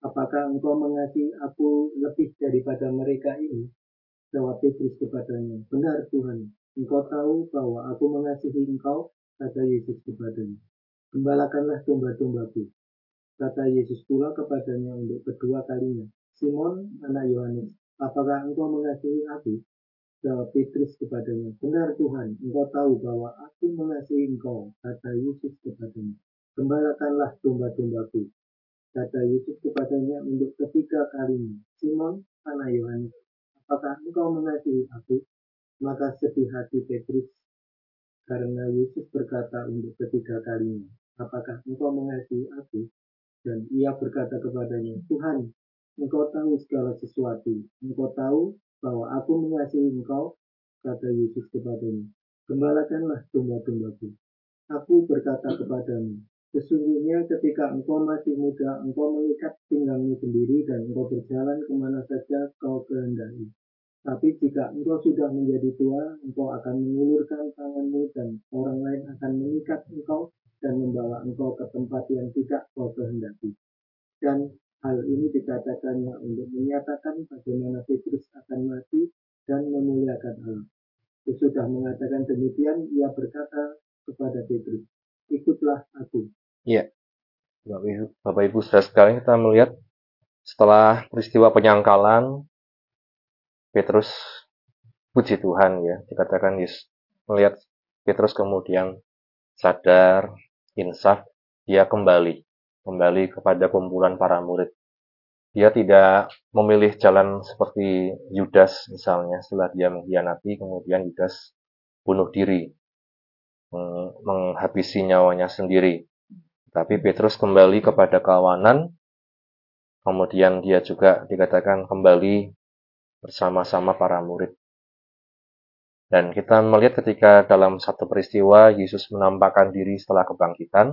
apakah engkau mengasihi aku lebih daripada mereka ini? Jawab Petrus kepadanya, benar Tuhan, engkau tahu bahwa aku mengasihi engkau. Kata Yesus kepadanya, gembalakanlah domba-dombaku. Kata Yesus pula kepadanya untuk kedua kalinya, Simon, anak Yohanes, apakah engkau mengasihi aku? Jawab Petrus kepadanya, benar Tuhan, engkau tahu bahwa aku mengasihi engkau. Kata Yesus kepadanya, gembalakanlah domba-dombaku. Kata Yesus kepadanya untuk ketiga kalinya, Simon, anak Yohanes, apakah engkau mengasihi aku? Maka sedih hati Petrus karena Yesus berkata untuk ketiga kalinya, apakah engkau mengasihi aku? Dan ia berkata kepadanya, Tuhan, engkau tahu segala sesuatu. Engkau tahu bahwa aku mengasihi engkau. Kata Yesus kepadanya, gembalakanlah domba-dombaku. Aku berkata kepadamu, sesungguhnya ketika engkau masih muda, engkau mengikat pinggangmu sendiri dan engkau berjalan kemana saja kau kehendaki. Tapi jika engkau sudah menjadi tua, engkau akan mengulurkan tanganmu dan orang lain akan mengikat engkau dan membawa engkau ke tempat yang tidak kau kehendaki. Dan hal ini dikatakannya untuk menyatakan bagaimana Petrus akan mati dan memuliakan Allah. Sesudah mengatakan demikian, ia berkata kepada Petrus, ikutlah aku. Iya, Bapak Ibu, Bapak Ibu saudara sekalian, kita melihat setelah peristiwa penyangkalan, Petrus, puji Tuhan ya, dikatakan Yesus melihat Petrus kemudian sadar, insaf, dia kembali, kembali kepada kumpulan para murid. Dia tidak memilih jalan seperti Yudas misalnya, setelah dia mengkhianati, kemudian Yudas bunuh diri, menghabisi nyawanya sendiri. Tapi Petrus kembali kepada kawanan, kemudian dia juga dikatakan kembali bersama-sama para murid. Dan kita melihat ketika dalam satu peristiwa Yesus menampakkan diri setelah kebangkitan,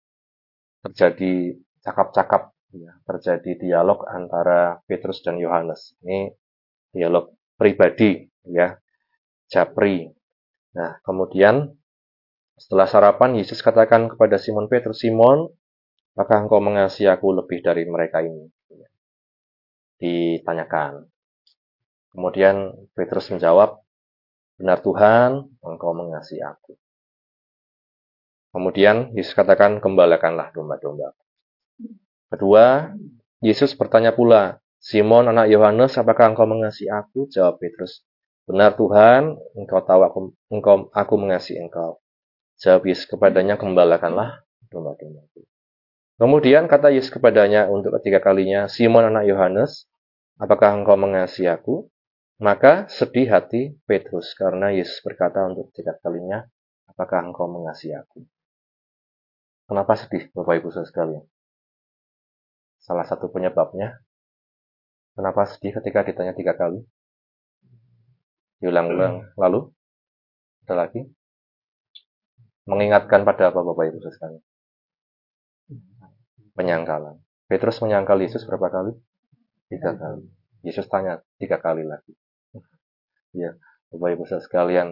terjadi cakap-cakap, ya, terjadi dialog antara Petrus dan Yohanes. Ini dialog pribadi, ya, japri. Nah, kemudian setelah sarapan Yesus katakan kepada Simon Petrus, Simon, apakah engkau mengasihi aku lebih dari mereka ini? Ditanyakan. Kemudian Petrus menjawab, benar Tuhan, engkau mengasihi aku. Kemudian Yesus katakan, gembalakanlah domba-domba. Kedua, Yesus bertanya pula, Simon anak Yohanes, apakah engkau mengasihi aku? Jawab Petrus, benar Tuhan, engkau tahu aku, engkau, aku mengasihi engkau. Jawab Yesus kepadanya, gembalakanlah domba-domba. Kemudian kata Yesus kepadanya untuk ketiga kalinya, Simon anak Yohanes, apakah engkau mengasihi aku? Maka sedih hati Petrus karena Yesus berkata untuk ketiga kalinya, apakah engkau mengasihi aku? Kenapa sedih, Bapak Ibu Saudara sekalian? Salah satu penyebabnya, kenapa sedih ketika ditanya tiga kali? Diulang-ulang. Lalu, ada lagi? Mengingatkan pada apa, Bapak Ibu Saudara sekalian? Penyangkalan. Petrus menyangkal Yesus berapa kali? Tiga kali. Yesus tanya tiga kali lagi. Ya, Bapak Ibu Saudara sekalian,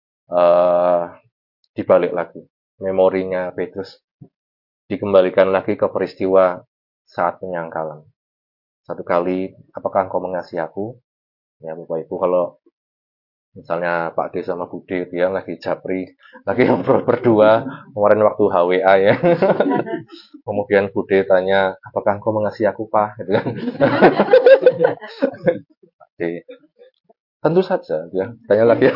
uh, dibalik lagi. Memorinya Petrus dikembalikan lagi ke peristiwa saat penyangkalan. Satu kali, apakah engkau mengasihi aku? Ya, Bapak Ibu, kalau misalnya Pak D sama Bu D, dia lagi japri, lagi ngobrol berdua, kemarin waktu H W A ya. Kemudian Bu D tanya, apakah engkau mengasihi aku, Pak? Gitu kan. Pak D, tentu saja, dia tanya lagi.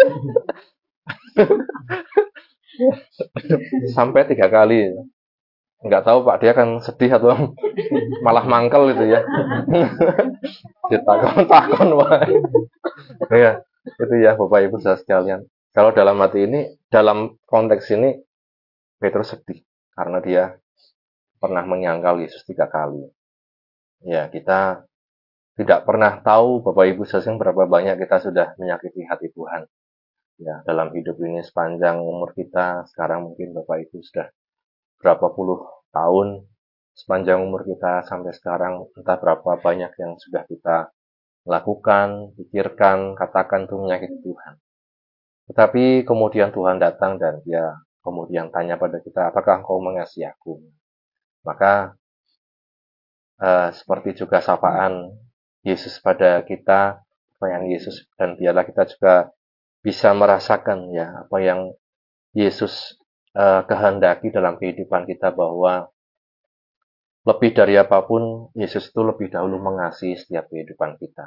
Sampai tiga kali. Nggak tahu Pak, dia akan sedih atau malah mangkel itu ya. Ditakon-takon, Pak. Ya, itu ya Bapak Ibu saudara sekalian. Kalau dalam hati ini, dalam konteks ini, Petrus sedih karena dia pernah menyangkal Yesus tiga kali. Ya, kita tidak pernah tahu Bapak Ibu saudara sekalian berapa banyak kita sudah menyakiti hati Tuhan. Ya, dalam hidup ini sepanjang umur kita, sekarang mungkin Bapak Ibu sudah berapa puluh tahun, sepanjang umur kita sampai sekarang, entah berapa banyak yang sudah kita lakukan, pikirkan, katakan itu menyakiti Tuhan. Tetapi kemudian Tuhan datang dan dia kemudian tanya pada kita, apakah engkau mengasihi aku? Maka uh, seperti juga sapaan Yesus pada kita, pertanyaan Yesus, dan biarlah kita juga bisa merasakan ya apa yang Yesus uh, kehendaki dalam kehidupan kita, bahwa lebih dari apapun Yesus itu lebih dahulu mengasihi setiap kehidupan kita.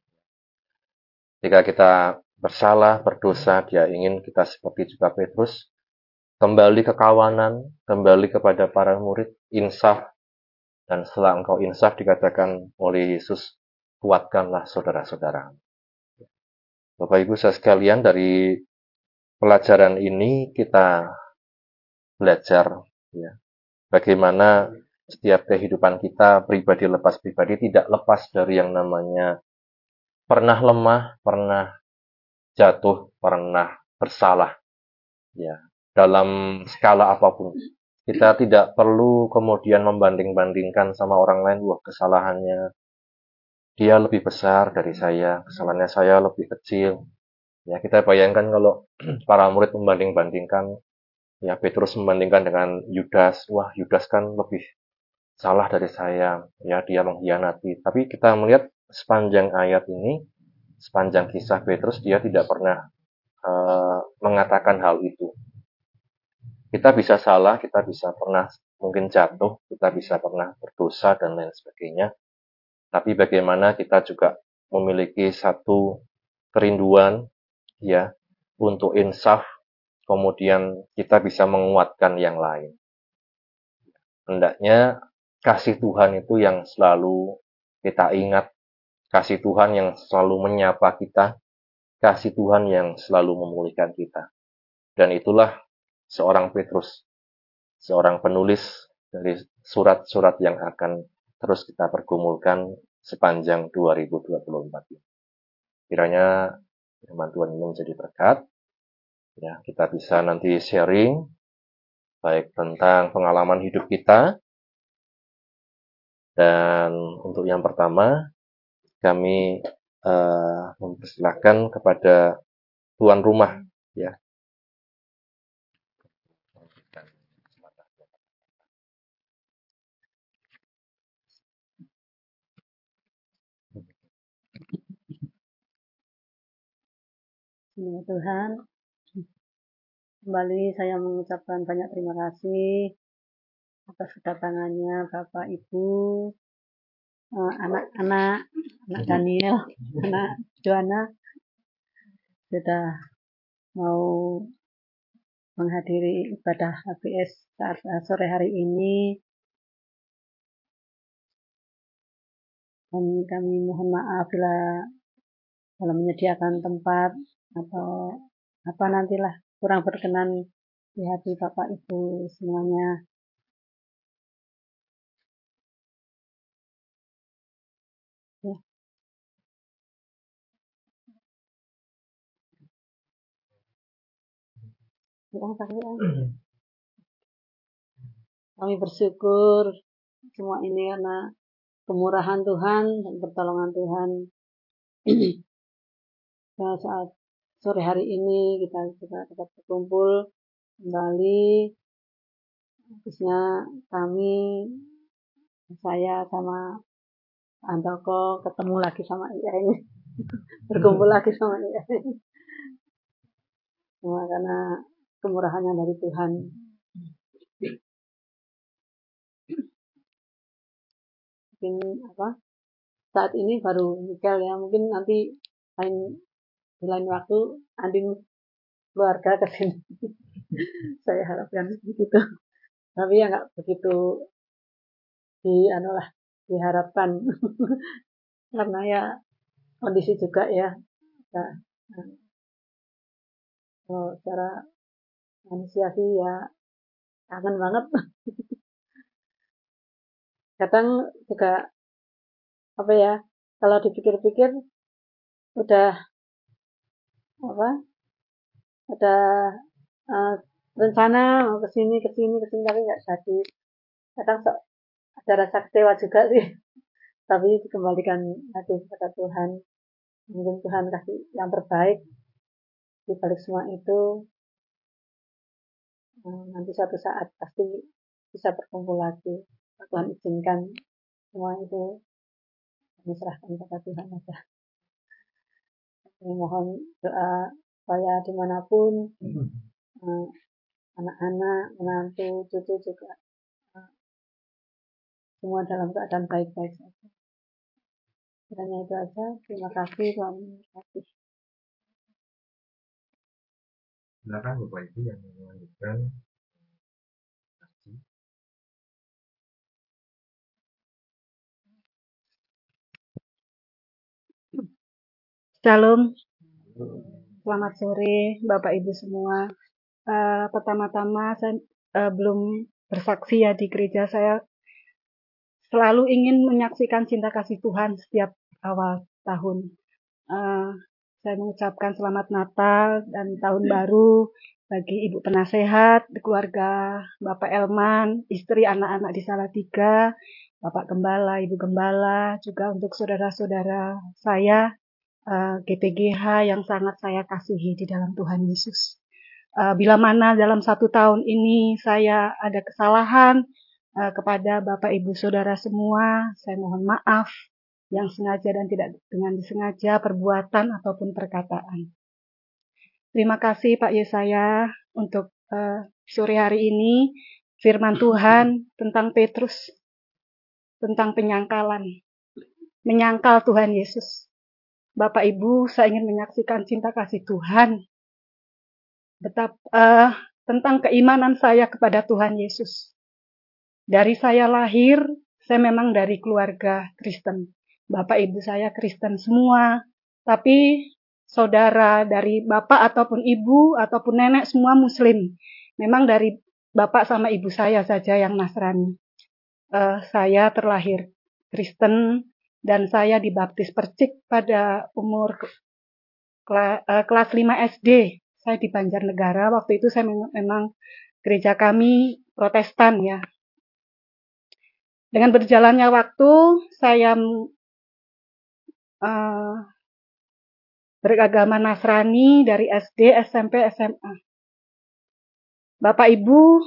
Jika kita bersalah, berdosa, Dia ingin kita seperti juga Petrus, kembali ke kawanan, kembali kepada para murid, insaf, dan setelah engkau insaf dikatakan oleh Yesus, kuatkanlah saudara-saudara. Bapak Ibu saudara sekalian, dari pelajaran ini kita belajar ya, bagaimana setiap kehidupan kita, pribadi lepas pribadi, tidak lepas dari yang namanya pernah lemah, pernah jatuh, pernah bersalah. Ya, dalam skala apapun. Kita tidak perlu kemudian membanding-bandingkan sama orang lain, wah kesalahannya dia lebih besar dari saya, kesalahannya saya lebih kecil. Ya, kita bayangkan kalau para murid membanding-bandingkan, ya Petrus membandingkan dengan Yudas, wah Yudas kan lebih salah dari saya, ya dia mengkhianati. Tapi kita melihat sepanjang ayat ini, sepanjang kisah Petrus, dia tidak pernah uh, mengatakan hal itu. Kita bisa salah, kita bisa pernah mungkin jatuh, kita bisa pernah berdosa dan lain sebagainya. Tapi bagaimana kita juga memiliki satu kerinduan ya untuk insaf, kemudian kita bisa menguatkan yang lain. Hendaknya kasih Tuhan itu yang selalu kita ingat, kasih Tuhan yang selalu menyapa kita, kasih Tuhan yang selalu memulihkan kita. Dan itulah seorang Petrus, seorang penulis dari surat-surat yang akan terus kita pergumulkan sepanjang dua ribu dua puluh empat ini. Kiranya firman Tuhan ini menjadi berkat. Ya, kita bisa nanti sharing baik tentang pengalaman hidup kita. Dan untuk yang pertama, kami uh, mempersilahkan kepada tuan rumah, ya. Semoga Tuhan, kembali saya mengucapkan banyak terima kasih atas kedatangannya Bapak Ibu, eh, anak-anak, anak Daniel, anak Joanna, sudah mau menghadiri ibadah H B S saat sore hari ini. Dan kami mohon maaf bila dalam menyediakan tempat atau apa nantilah kurang berkenan di hati Bapak Ibu semuanya. Ya. Kami bersyukur semua ini karena kemurahan Tuhan dan pertolongan Tuhan. Pada saat sore hari ini kita juga dapat berkumpul kembali, khususnya kami, saya sama Antoko ketemu lagi sama Iya ini, berkumpul lagi sama Iya ini. Semua karena kemurahannya dari Tuhan. Mungkin apa? Saat ini baru Michael ya, mungkin nanti lain di lain waktu Andin keluarga ke sini. Saya harapkan begitu. Tapi ya nggak begitu di anulah diharapkan karena ya kondisi juga ya. Nah, kalau secara manusia sih ya kangen banget. Kadang juga apa ya, kalau dipikir-pikir udah apa, udah uh, rencana mau kesini kesini kesini tapi nggak jadi. Kadang so, ada rasa kecewa juga sih. Tapi dikembalikan lagi kepada Tuhan. Mungkin Tuhan kasih yang terbaik di balik semua itu. Nanti suatu saat pasti bisa berkumpul lagi. Tuhan izinkan semua itu kami serahkan kepada Tuhan aja. Kami mohon doa supaya dimanapun eh, anak-anak, menantu, cucu juga eh, semua dalam keadaan baik-baik saja. Kiranya itu aja. Terima kasih Tuhan. Terima kasih. Silakan Bapak Ibu yang mau melanjutkan. Shalom. Selamat sore Bapak Ibu semua. Uh, pertama-tama saya uh, belum bersaksi ya di gereja. Saya selalu ingin menyaksikan cinta kasih Tuhan setiap awal tahun. Uh, saya mengucapkan selamat Natal dan Tahun Baru bagi Ibu Penasehat, keluarga Bapak Elman, istri, anak-anak di Salatiga, Bapak Gembala, Ibu Gembala, juga untuk saudara-saudara saya uh, G P G H yang sangat saya kasihi di dalam Tuhan Yesus. Uh, bila mana dalam satu tahun ini saya ada kesalahan uh, kepada Bapak Ibu Saudara semua, saya mohon maaf yang sengaja dan tidak dengan disengaja, perbuatan ataupun perkataan. Terima kasih Pak Yesaya untuk uh, sore hari ini firman Tuhan tentang Petrus, tentang penyangkalan, menyangkal Tuhan Yesus. Bapak Ibu, saya ingin menyaksikan cinta kasih Tuhan, betapa uh, tentang keimanan saya kepada Tuhan Yesus. Dari saya lahir, saya memang dari keluarga Kristen. Bapak ibu saya Kristen semua, tapi saudara dari bapak ataupun ibu ataupun nenek semua Muslim. Memang dari bapak sama ibu saya saja yang Nasrani. Uh, saya terlahir Kristen dan saya dibaptis percik pada umur kela, uh, kelas lima S D. Saya di Banjarnegara, waktu itu saya memang gereja kami Protestan ya. Dengan berjalannya waktu, saya uh, beragama Nasrani dari S D, S M P, S M A. Bapak Ibu,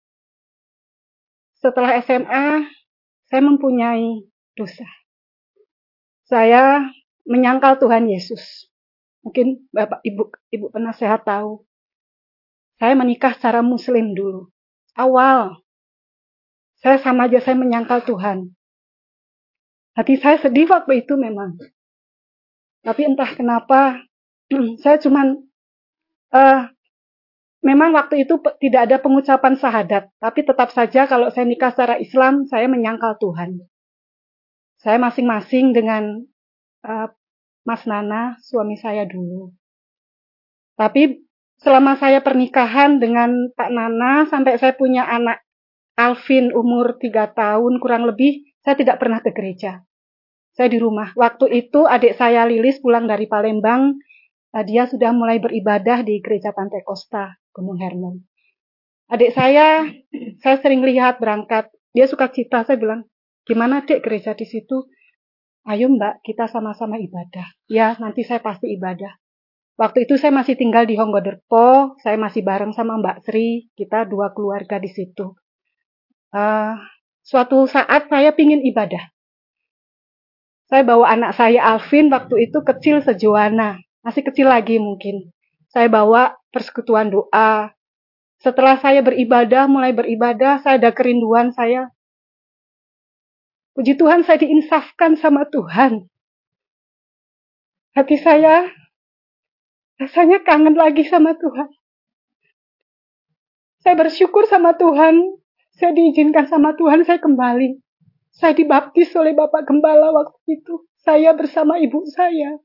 setelah S M A, saya mempunyai dosa. Saya menyangkal Tuhan Yesus. Mungkin Bapak Ibu, Ibu penasehat tahu. Saya menikah secara Muslim dulu. Awal, saya sama aja saya menyangkal Tuhan. Hati saya sedih waktu itu memang. Tapi entah kenapa, saya cuman, uh, memang waktu itu tidak ada pengucapan syahadat. Tapi tetap saja kalau saya nikah secara Islam, saya menyangkal Tuhan. Saya masing-masing dengan uh, Mas Nana, suami saya dulu. Tapi selama saya pernikahan dengan Pak Nana, sampai saya punya anak Alvin umur tiga tahun kurang lebih, saya tidak pernah ke gereja. Saya di rumah. Waktu itu adik saya Lilis pulang dari Palembang, dia sudah mulai beribadah di gereja Pantai Kosta, Gunung Hermon. Adik saya, saya sering lihat berangkat, dia suka cita, saya bilang, gimana dek gereja di situ? Ayo mbak, kita sama-sama ibadah. Ya, nanti saya pasti ibadah. Waktu itu saya masih tinggal di Honggoderpo, saya masih bareng sama Mbak Sri, kita dua keluarga di situ. Uh, suatu saat saya pingin ibadah. Saya bawa anak saya Alvin, waktu itu kecil sejuana, masih kecil lagi mungkin. Saya bawa persekutuan doa. Setelah saya beribadah, mulai beribadah, saya ada kerinduan saya. Puji Tuhan, saya diinsafkan sama Tuhan. Hati saya rasanya kangen lagi sama Tuhan. Saya bersyukur sama Tuhan. Saya diizinkan sama Tuhan, saya kembali. Saya dibaptis oleh Bapak Gembala waktu itu. Saya bersama ibu saya.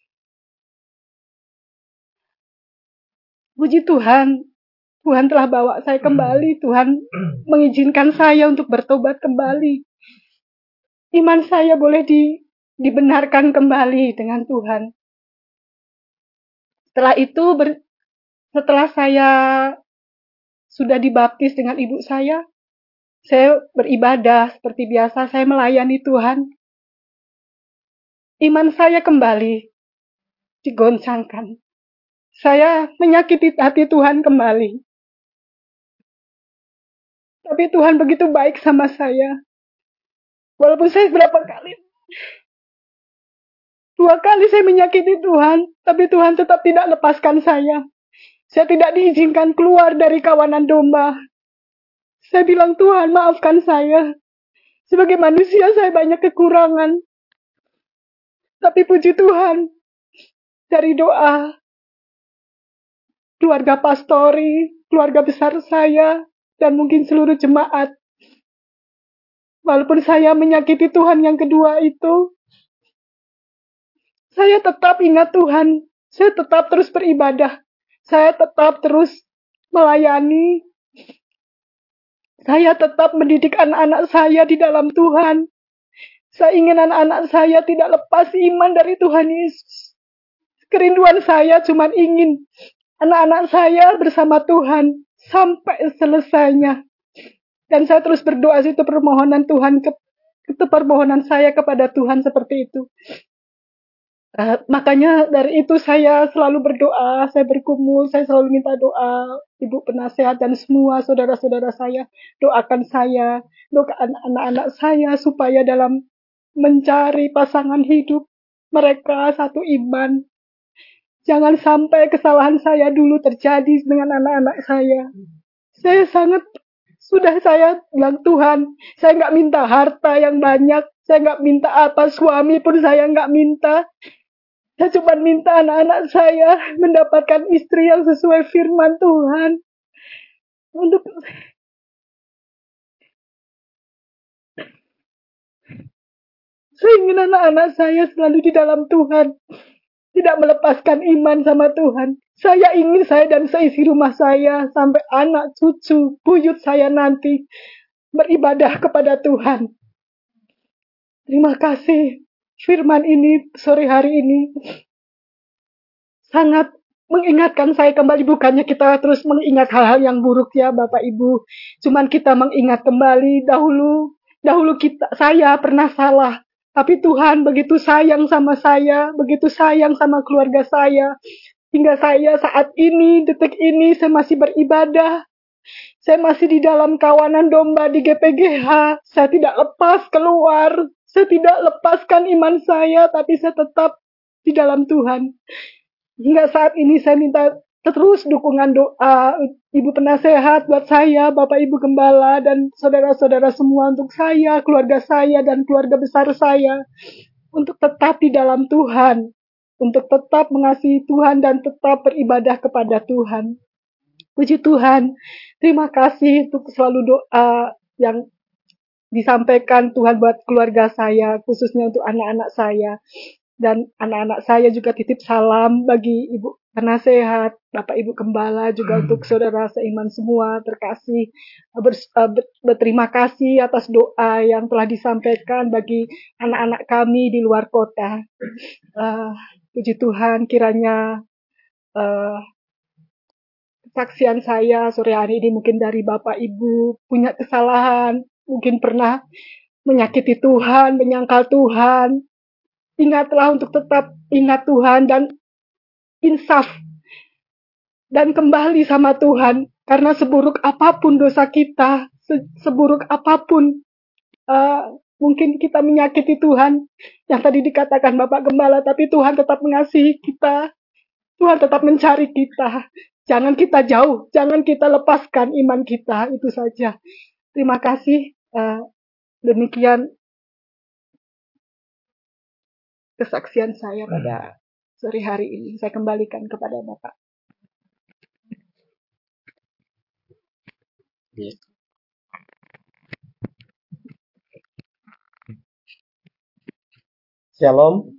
Puji Tuhan. Tuhan telah bawa saya kembali. Tuhan mengizinkan saya untuk bertobat kembali. Iman saya boleh di, dibenarkan kembali dengan Tuhan. Setelah itu, ber, setelah saya sudah dibaptis dengan ibu saya, saya beribadah seperti biasa, saya melayani Tuhan. Iman saya kembali digoncangkan. Saya menyakiti hati Tuhan kembali. Tapi Tuhan begitu baik sama saya. Walaupun saya berapa kali, dua kali saya menyakiti Tuhan, tapi Tuhan tetap tidak lepaskan saya. Saya tidak diizinkan keluar dari kawanan domba. Saya bilang, Tuhan maafkan saya. Sebagai manusia saya banyak kekurangan. Tapi puji Tuhan, dari doa keluarga pastori, keluarga besar saya, dan mungkin seluruh jemaat. Walaupun saya menyakiti Tuhan yang kedua itu, saya tetap ingat Tuhan. Saya tetap terus beribadah. Saya tetap terus melayani. Saya tetap mendidik anak-anak saya di dalam Tuhan. Saya ingin anak-anak saya tidak lepas iman dari Tuhan Yesus. Kerinduan saya cuma ingin anak-anak saya bersama Tuhan sampai selesainya. Dan saya terus berdoa, itu permohonan Tuhan, itu permohonan saya kepada Tuhan seperti itu. Uh, makanya dari itu saya selalu berdoa, saya bergumul, saya selalu minta doa ibu penasehat dan semua saudara-saudara saya, doakan saya, doakan anak-anak saya supaya dalam mencari pasangan hidup mereka satu iman. Jangan sampai kesalahan saya dulu terjadi dengan anak-anak saya. Saya sangat, sudah saya bilang Tuhan, saya nggak minta harta yang banyak, saya nggak minta apa, suami pun saya nggak minta. Saya cuma minta anak-anak saya mendapatkan istri yang sesuai firman Tuhan. Untuk saya ingin anak-anak saya selalu di dalam Tuhan. Tidak melepaskan iman sama Tuhan. Saya ingin saya dan seisi rumah saya sampai anak, cucu, buyut saya nanti beribadah kepada Tuhan. Terima kasih. Firman ini sore hari ini sangat mengingatkan saya kembali, bukannya kita terus mengingat hal-hal yang buruk ya Bapak Ibu. Cuman kita mengingat kembali dahulu, dahulu kita, saya pernah salah. Tapi Tuhan begitu sayang sama saya, begitu sayang sama keluarga saya. Hingga saya saat ini, detik ini, saya masih beribadah. Saya masih di dalam kawanan domba di G P G H. Saya tidak lepas keluar. Saya tidak lepaskan iman saya, tapi saya tetap di dalam Tuhan. Hingga saat ini saya minta terus dukungan doa Ibu Penasehat buat saya, Bapak Ibu Gembala, dan saudara-saudara semua untuk saya, keluarga saya, dan keluarga besar saya. Untuk tetap di dalam Tuhan. Untuk tetap mengasihi Tuhan dan tetap beribadah kepada Tuhan. Puji Tuhan. Terima kasih untuk selalu doa yang disampaikan Tuhan buat keluarga saya, khususnya untuk anak-anak saya. Dan anak-anak saya juga titip salam bagi Ibu Penasehat, Bapak Ibu Gembala, juga untuk saudara seiman semua, terkasih. Ber, ber, berterima kasih atas doa yang telah disampaikan bagi anak-anak kami di luar kota. Uh, puji Tuhan, kiranya uh, kesaksian saya sore hari ini mungkin dari Bapak Ibu punya kesalahan, mungkin pernah menyakiti Tuhan, menyangkal Tuhan. Ingatlah untuk tetap ingat Tuhan dan insaf dan kembali sama Tuhan. Karena seburuk apapun dosa kita, se- seburuk apapun uh, mungkin kita menyakiti Tuhan, yang tadi dikatakan Bapak Gembala, tapi Tuhan tetap mengasihi kita. Tuhan tetap mencari kita. Jangan kita jauh, jangan kita lepaskan iman kita, itu saja. Terima kasih. Uh, demikian kesaksian saya pada sore hari ini. Saya kembalikan kepada Bapak. Shalom.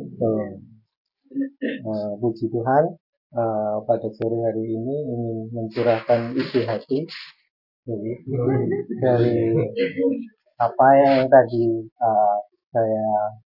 Uh, puji Tuhan, uh, pada sore hari ini ingin mencurahkan isi hati jadi, dari apa yang tadi uh, saya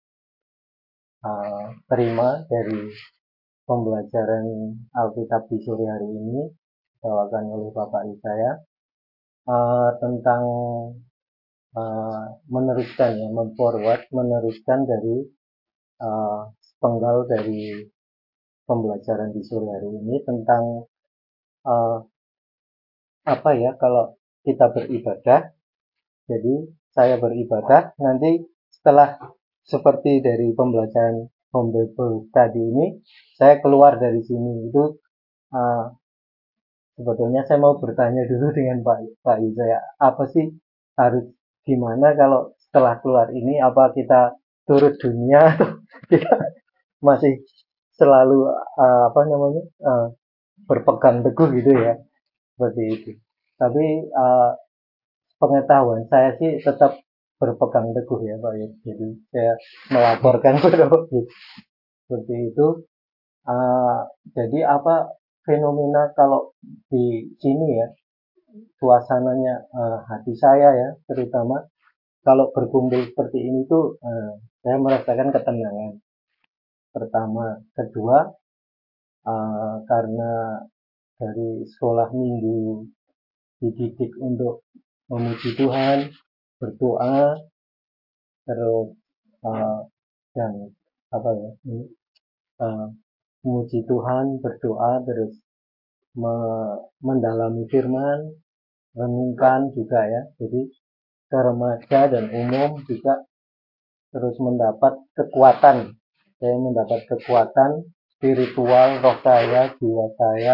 uh, terima dari pembelajaran Alkitab di sore hari ini dibawakan oleh Bapak Ibu saya uh, tentang uh, meneruskan ya, memforward, meneruskan dari uh, penggal dari pembelajaran di sore hari ini tentang uh, apa ya, kalau kita beribadah, jadi saya beribadah, nanti setelah seperti dari pembelajaran home Bible tadi ini, saya keluar dari sini itu uh, sebetulnya saya mau bertanya dulu dengan Pak Pak Yusaya, apa sih harus gimana kalau setelah keluar ini, apa kita turut dunia atau kita masih selalu uh, apa namanya uh, berpegang teguh gitu ya, seperti itu. Tapi uh, pengetahuan saya sih tetap berpegang teguh ya Pak Yus. Jadi saya melaporkan kepada Pak Yus seperti itu. Uh, jadi apa fenomena kalau di sini ya, suasananya uh, hati saya ya, terutama kalau berkumpul seperti ini tuh uh, saya merasakan ketenangan. Pertama, kedua uh, karena dari sekolah minggu dididik untuk memuji Tuhan, berdoa, terus uh, dan apa ya, uh, memuji Tuhan, berdoa, terus me mendalami firman, renungkan juga ya. Jadi ke remaja dan umum juga terus mendapat kekuatan. Saya mendapat kekuatan spiritual, roh saya, jiwa saya,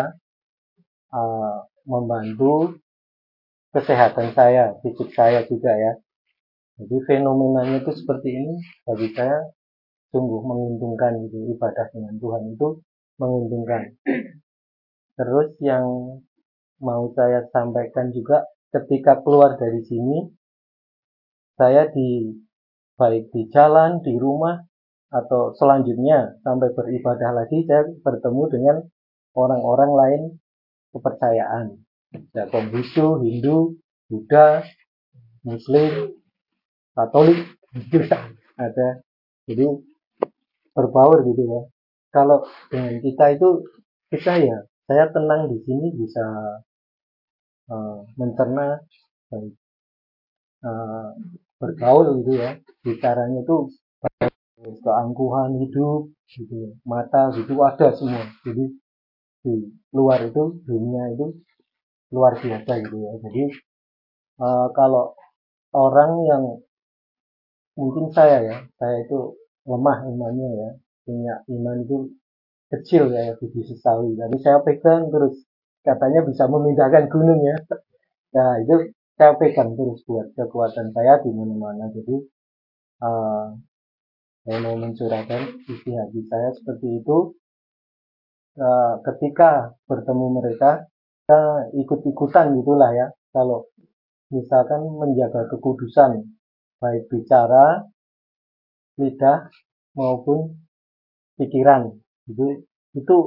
uh, membantu kesehatan saya, fisik saya juga ya. Jadi fenomenanya itu seperti ini, bagi saya sungguh menguntungkan gitu, ibadah dengan Tuhan itu menguntungkan. Terus yang mau saya sampaikan juga, ketika keluar dari sini, saya di baik di jalan, di rumah, atau selanjutnya sampai beribadah lagi, saya bertemu dengan orang-orang lain kepercayaan. Ya, Konghucu, Hindu, Buddha, Muslim, Katolik juga ada. Jadi berbaur gitu ya. Kalau dengan kita itu, kita ya, saya tenang di sini bisa uh, mencerna, baik, uh, bergaul gitu ya. Bicaranya itu keangkuhan hidup gitu ya. Mata gitu ada semua. Jadi di luar itu, dunia itu luar biasa gitu ya. Jadi uh, kalau orang yang mungkin saya ya, saya itu lemah imannya ya, punya iman itu kecil ya, biji sesali. Tapi saya pegang terus, katanya bisa memindahkan gunung ya. Nah itu saya pegang terus buat kekuatan saya di mana-mana. Jadi uh, saya mau mencurahkan isi hati saya seperti itu. Uh, ketika bertemu mereka, kita ikut-ikutan gitulah ya. Kalau misalkan menjaga kekudusan, baik bicara, lidah maupun pikiran, itu itu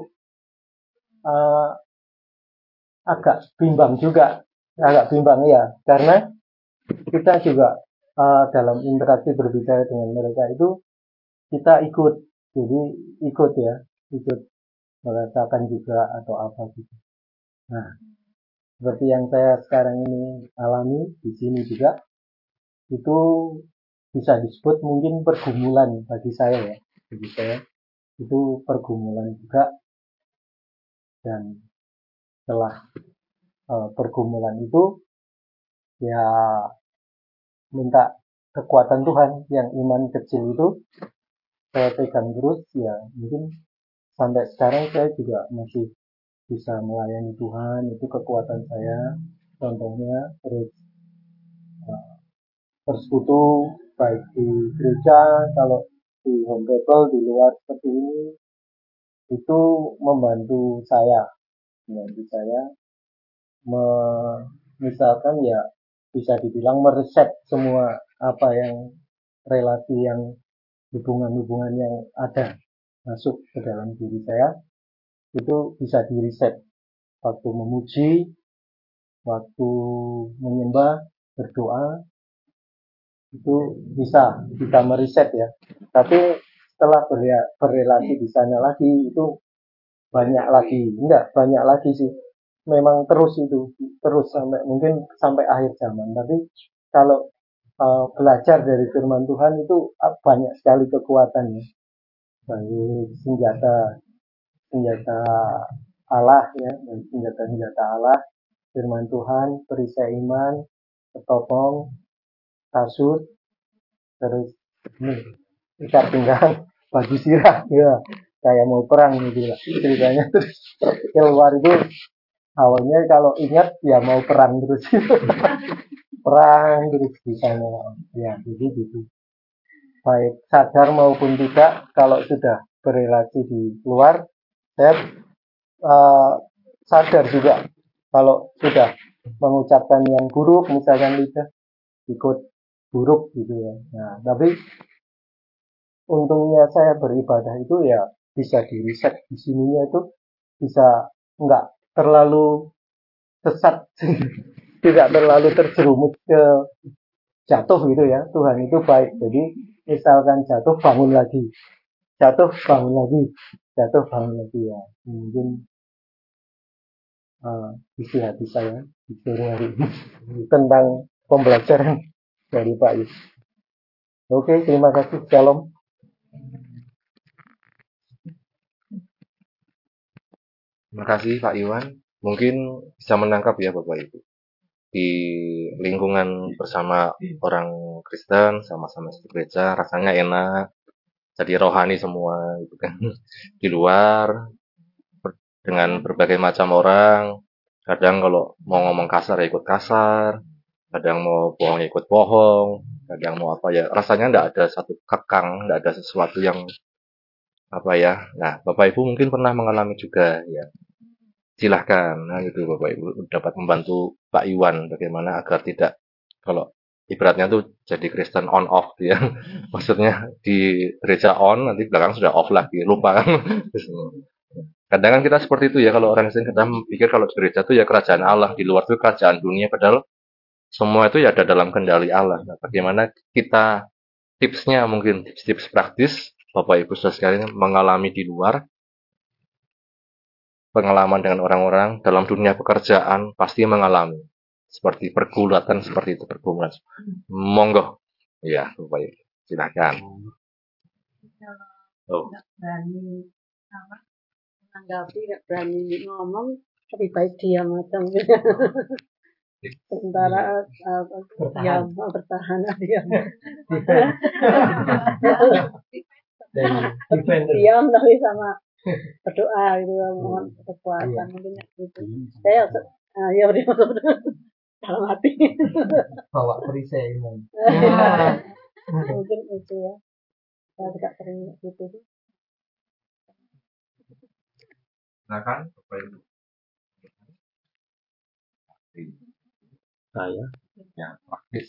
uh, agak bimbang juga, agak bimbang ya, karena kita juga uh, dalam interaksi berbicara dengan mereka itu kita ikut, jadi ikut ya, ikut merasakan juga atau apa gitu. Nah, seperti yang saya sekarang ini alami di sini juga, itu bisa disebut mungkin pergumulan bagi saya ya, bagi saya itu pergumulan juga. Dan setelah uh, pergumulan itu ya minta kekuatan Tuhan, yang iman kecil itu saya pegang terus ya, mungkin sampai sekarang saya juga masih bisa melayani Tuhan, itu kekuatan saya. Contohnya terus uh, bersekutu baik di gereja, kalau di home Bible di luar seperti ini, itu membantu saya, membantu saya me, misalkan ya bisa dibilang mereset semua apa yang relasi yang hubungan-hubungan yang ada masuk ke dalam diri saya, itu bisa di reset waktu memuji, waktu menyembah, berdoa, itu bisa kita mereset ya. Tapi setelah berrelasi di sana lagi, itu banyak lagi, enggak banyak lagi sih, memang terus itu terus sampai mungkin sampai akhir zaman. Tapi kalau uh, belajar dari firman Tuhan itu uh, banyak sekali kekuatannya, baik senjata senjata Allah ya, senjata senjata Allah, firman Tuhan, perisai iman, ketopong, kasut, terus ini ikat pinggang, baju sirah, ya kayak mau perang gitu lah ceritanya. Terus keluar itu awalnya kalau ingat ya mau perang terus, perang terus di sana, ya jadi gitu. Baik sadar maupun tidak, kalau sudah berrelasi di luar, saya uh, sadar juga kalau sudah mengucapkan yang buruk, misalkan lidah ikut buruk gitu ya. Nah, tapi untungnya saya beribadah itu ya bisa di reset di sininya itu, bisa enggak terlalu sesat, tidak terlalu terjerumus ke jatuh gitu ya. Tuhan itu baik, jadi misalkan jatuh bangun lagi, jatuh bangun lagi, jatuh bangun lagi ya. Mungkin uh, isi hati saya di sore hari ini tentang pembelajaran dari Pak Yus. Oke, terima kasih. Shalom. Terima kasih Pak Iwan. Mungkin bisa menangkap ya Bapak Ibu. Di lingkungan bersama orang Kristen, sama-sama di gereja, rasanya enak. Jadi rohani semua gitu kan. Di luar ber- dengan berbagai macam orang. Kadang kalau mau ngomong kasar ya ikut kasar. Kadang mau bohong ya ikut bohong. Kadang mau apa ya. Rasanya enggak ada satu kekang, enggak ada sesuatu yang apa ya. Nah, Bapak Ibu mungkin pernah mengalami juga ya. Silahkan, nah itu Bapak Ibu dapat membantu Pak Iwan bagaimana agar tidak, kalau ibaratnya tuh jadi Kristen on off ya. Maksudnya di gereja on, nanti belakang sudah off lagi, lupa kan. Kadang kan kita seperti itu ya, kalau orang Kristen kadang pikir kalau di gereja itu ya kerajaan Allah, di luar itu kerajaan dunia, padahal semua itu ya ada dalam kendali Allah. Nah, bagaimana kita, tipsnya mungkin tips-tips praktis Bapak Ibu saudara sekalian mengalami di luar, pengalaman dengan orang-orang dalam dunia pekerjaan pasti mengalami seperti pergulatan seperti itu, pergumulan. Monggo, ya, baik, silakan. Oh. Nggak berani apa menanggapi, nggak berani ngomong, lebih baik diam aja. Sementara uh, diam, bertahan diam. Diam tapi sama berdoa gitu, mohon kekuatan mungkin gitu. Saya uh, ya udah dalam hati. Bawa perisai ini. Mungkin itu ya. Saya tidak sering gitu. Silakan, Bapak Ibu. Saya Ya, praktis.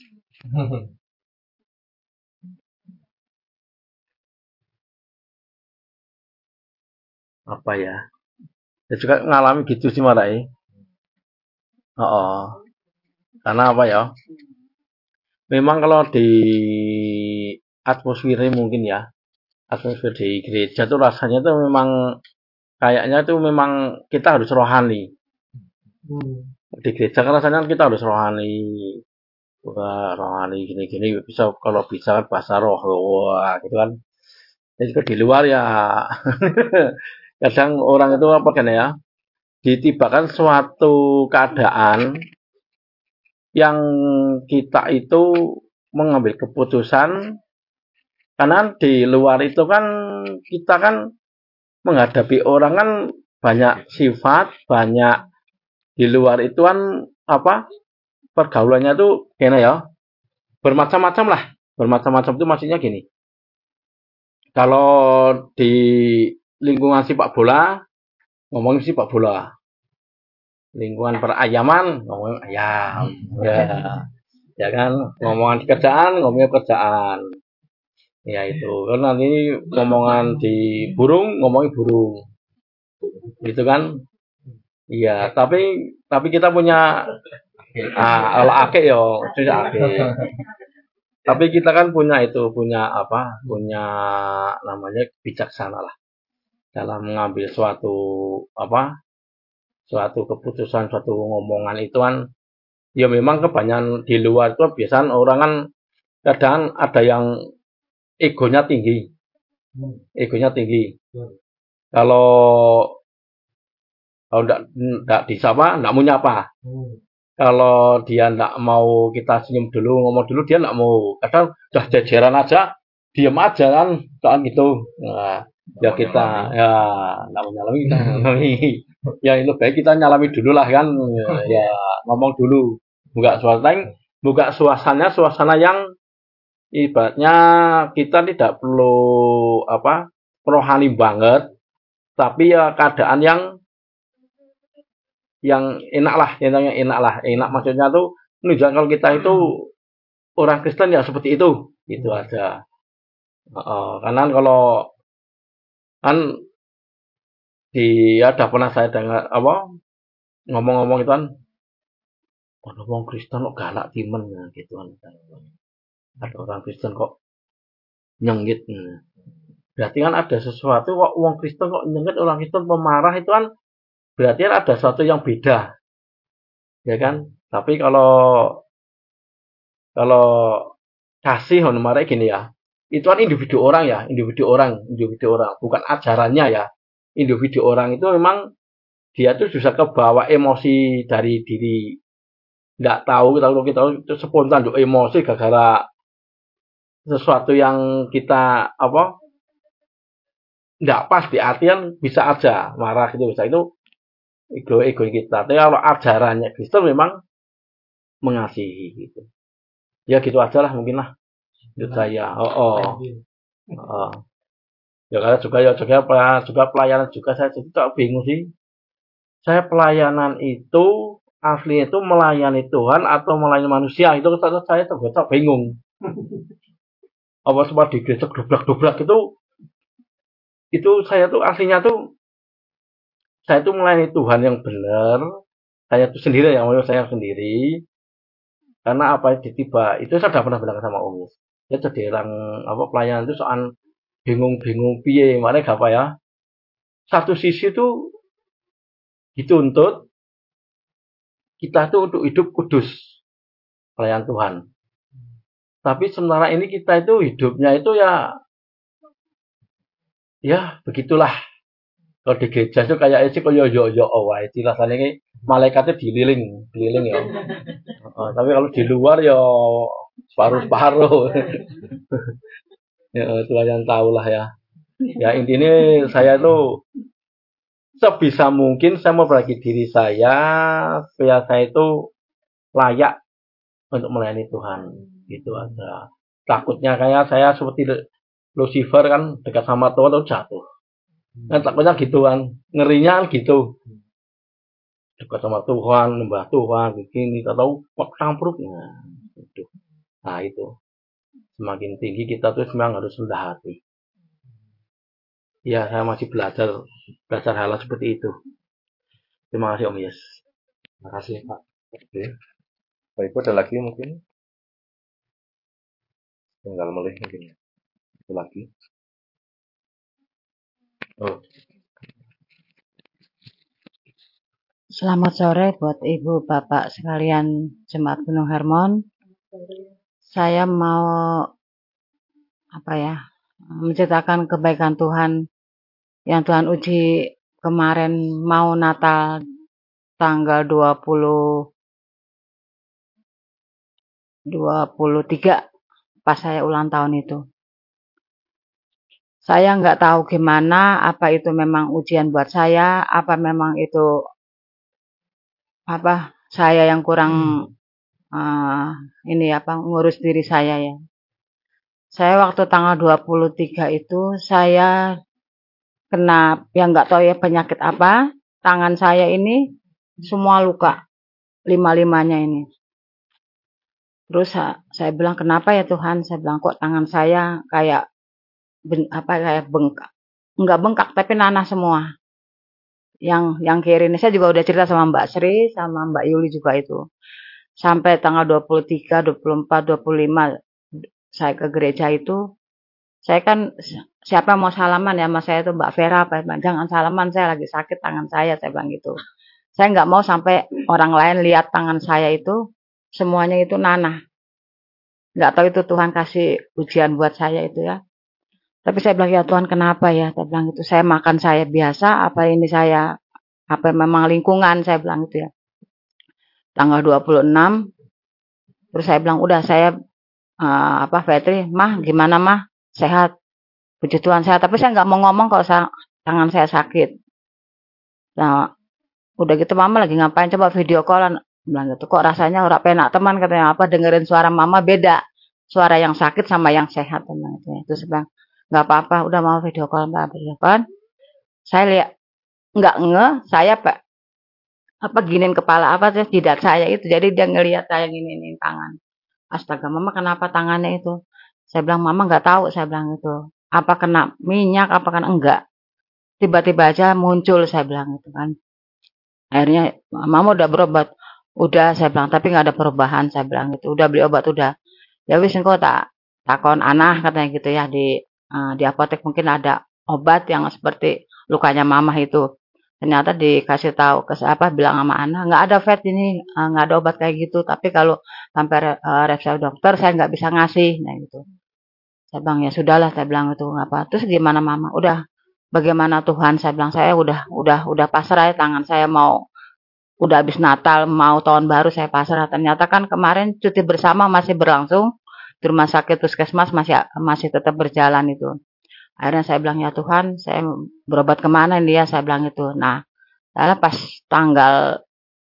apa ya? Saya juga ngalami gitu sih Marai. Oh, oh. Karena apa ya? Memang kalau di atmosfer mungkin ya, atmosfer di gereja tuh rasanya tuh memang kayaknya tuh memang kita harus rohani. Hmm. Di gereja kan rasanya kita harus rohani. Wah, rohani gini-gini bisa, kalau bisa kan bahasa roh, wah gitu kan. Jadi juga di luar ya kadang orang itu apa kan ya, ditibakan suatu keadaan yang kita itu mengambil keputusan, karena di luar itu kan kita kan menghadapi orang kan banyak sifat, banyak di luar itu kan apa pergaulannya tuh gini ya, bermacam-macam lah. Bermacam-macam itu maksudnya gini, kalau di lingkungan sepak bola ngomongin sepak bola, lingkungan perayaman ngomongin ayam, ya, ya kan, ngomongan di kerjaan ngomongin kerjaan, ya itu kan. Nanti ngomongan di burung ngomongin burung, gitu kan. Iya, tapi tapi kita punya ah, kalau ake yo, sudah ake. Tapi kita kan punya itu, punya apa? Punya namanya bijaksana lah dalam mengambil suatu apa? Suatu keputusan, suatu ngomongan itu kan. Ya memang kebanyakan di luar itu biasanya orang kan kadang ada yang egonya tinggi, egonya tinggi. Kalau kalau enggak enggak disapa, enggak mau nyapa. kalau dia nggak mau kita senyum dulu, ngomong dulu, dia nggak mau. Kadang udah jajaran aja, diem aja kan, kan gitu. Nah, ya kita, ya nggak mau nyalami, kita nyalami. Ya itu baik kita nyalami dulu lah kan, ya ngomong dulu. Buka suasana, buka suasana, suasana yang ibaratnya kita tidak perlu apa rohani banget, tapi ya keadaan yang yang enak lah, yang enak lah, enak maksudnya tuh menunjukkan kalau kita itu orang Kristen ya seperti itu, gitu aja. Uh, karena kalau kan di ada pernah saya dengar apa ngomong-ngomong itu kan, oh, orang Kristen kok galak timen gitu kan, ada orang Kristen kok nyengit. Berarti kan ada sesuatu kok orang Kristen kok nyengit, orang Kristen pemarah itu kan berarti kan ada sesuatu yang beda, ya kan? Tapi kalau kalau kasih honornya gini ya, itu kan individu orang ya, individu orang, individu orang, bukan ajarannya ya. Individu orang itu memang dia tuh bisa kebawa emosi dari diri, nggak tahu kalau kita itu spontan tuh emosi gara-gara sesuatu yang kita apa nggak pas di artian bisa aja marah gitu, bisa itu ego ego kita. Tapi kalau ajarannya Kristen memang mengasihi gitu. Ya gitu aja lah mungkin lah. Itu saya. Oh, oh. oh. Ya karena juga ya juga juga pelayanan juga saya jadi tak bingung sih. Saya pelayanan itu aslinya itu melayani Tuhan atau melayani manusia, itu saya tergocok bingung. Apa semua di gereja dobrak-dobrak itu itu saya tuh aslinya tuh saya tuh melayani Tuhan yang benar. Saya tuh sendiri yang mau saya sendiri. Karena apa tiba itu saya sudah pernah bilang sama Om. Ya jadi orang apa pelayanan itu soal bingung-bingung piye, makanya apa ya? Satu sisi tuh dituntut kita tuh untuk hidup kudus pelayan Tuhan. Tapi sementara ini kita itu hidupnya itu ya ya begitulah. Kalau di gereja itu kayak sih koyo yo yo oh wae rasane iki malaikatnya dililing, dililing ya. Uh, tapi kalau di luar ya separuh-separuh. Ya Tuhan yang tahu lah ya. Ya intinya saya itu sebisa mungkin saya mau bagi diri saya supaya saya itu layak untuk melayani Tuhan, gitu aja. Takutnya kayak saya seperti Lucifer kan dekat sama Tuhan atau jatuh. Kan takutnya gitu kan, ngerinya kan gitu. Dekat sama Tuhan, membah Tuhan, begini, atau campur. Nah, itu. Nah itu. Semakin tinggi kita tuh memang harus rendah hati. Ya, saya masih belajar belajar hal seperti itu. Terima kasih Om Yes. Terima kasih Pak. Oke. Pak Ibu ada lagi mungkin? Tinggal mulai mungkin ya. Itu lagi. Oh. Selamat sore buat Ibu Bapak sekalian Jemaat Gunung Hermon. Saya mau apa ya? Menceritakan kebaikan Tuhan yang Tuhan uji kemarin mau Natal tanggal dua puluh dua puluh tiga pas saya ulang tahun itu. Saya nggak tahu gimana, apa itu memang ujian buat saya, apa memang itu apa saya yang kurang uh, ini apa ngurus diri saya ya. Saya waktu tanggal dua puluh tiga itu saya kena yang nggak tahu ya penyakit apa, tangan saya ini semua luka, lima-limanya ini. Terus saya bilang kenapa ya Tuhan? Saya bilang kok tangan saya kayak ben, apa kayak bengkak, nggak bengkak tapi nanah semua. Yang yang kiri ini saya juga udah cerita sama Mbak Sri, sama Mbak Yuli juga itu. Sampai tanggal dua puluh tiga, dua puluh empat, dua puluh lima saya ke gereja itu, saya kan siapa mau salaman ya sama saya itu Mbak Vera apa jangan salaman, saya lagi sakit tangan saya, saya bilang gitu. Saya nggak mau sampai orang lain lihat tangan saya itu semuanya itu nanah. Nggak tahu itu Tuhan kasih ujian buat saya itu ya. Tapi saya bilang ya Tuhan kenapa ya? Saya bilang itu saya makan saya biasa, apa ini saya apa memang lingkungan, saya bilang itu ya. tanggal dua puluh enam. Terus saya bilang, udah saya uh, apa Fitri, mah gimana mah, sehat, puji Tuhan sehat. Tapi saya nggak mau ngomong kalau sa- tangan saya sakit. Nah, udah gitu mama lagi ngapain, coba video callan. Bilang gitu, kok rasanya ora penak teman katanya, apa dengerin suara mama beda. Suara yang sakit sama yang sehat teman gitu. Terus bilang, nggak apa-apa, udah mau video call mbak, video call. Saya lihat nggak nge, saya pak apa giniin kepala apa sih jidat saya itu. Jadi dia ngelihat saya giniin tangan. Astaga, mama kenapa tangannya itu? Saya bilang mama nggak tahu, saya bilang itu. Apa kena minyak, apa kan enggak? Tiba-tiba aja muncul, saya bilang itu kan. Akhirnya mama udah berobat, udah saya bilang, tapi nggak ada perubahan, saya bilang gitu. Udah beli obat udah. Ya wis engko tak takon anah katanya gitu ya di eh, di apotek mungkin ada obat yang seperti lukanya mama itu. Ternyata dikasih tahu ke apa bilang sama Ana, nggak ada vet ini, eh, nggak ada obat kayak gitu. Tapi kalau sampai re- eh, resep dokter saya nggak bisa ngasih, nah gitu. Saya bilang ya sudahlah, saya bilang itu nggak apa. Terus gimana mama? Udah bagaimana Tuhan? Saya bilang saya udah udah udah pasrah ya, tangan saya mau udah habis Natal mau tahun baru saya pasrah. Ternyata kan kemarin cuti bersama masih berlangsung di rumah sakit puskesmas masih masih tetap berjalan itu. Akhirnya saya bilang ya Tuhan, saya berobat kemana ini ya, saya bilang itu. Nah, lalu pas tanggal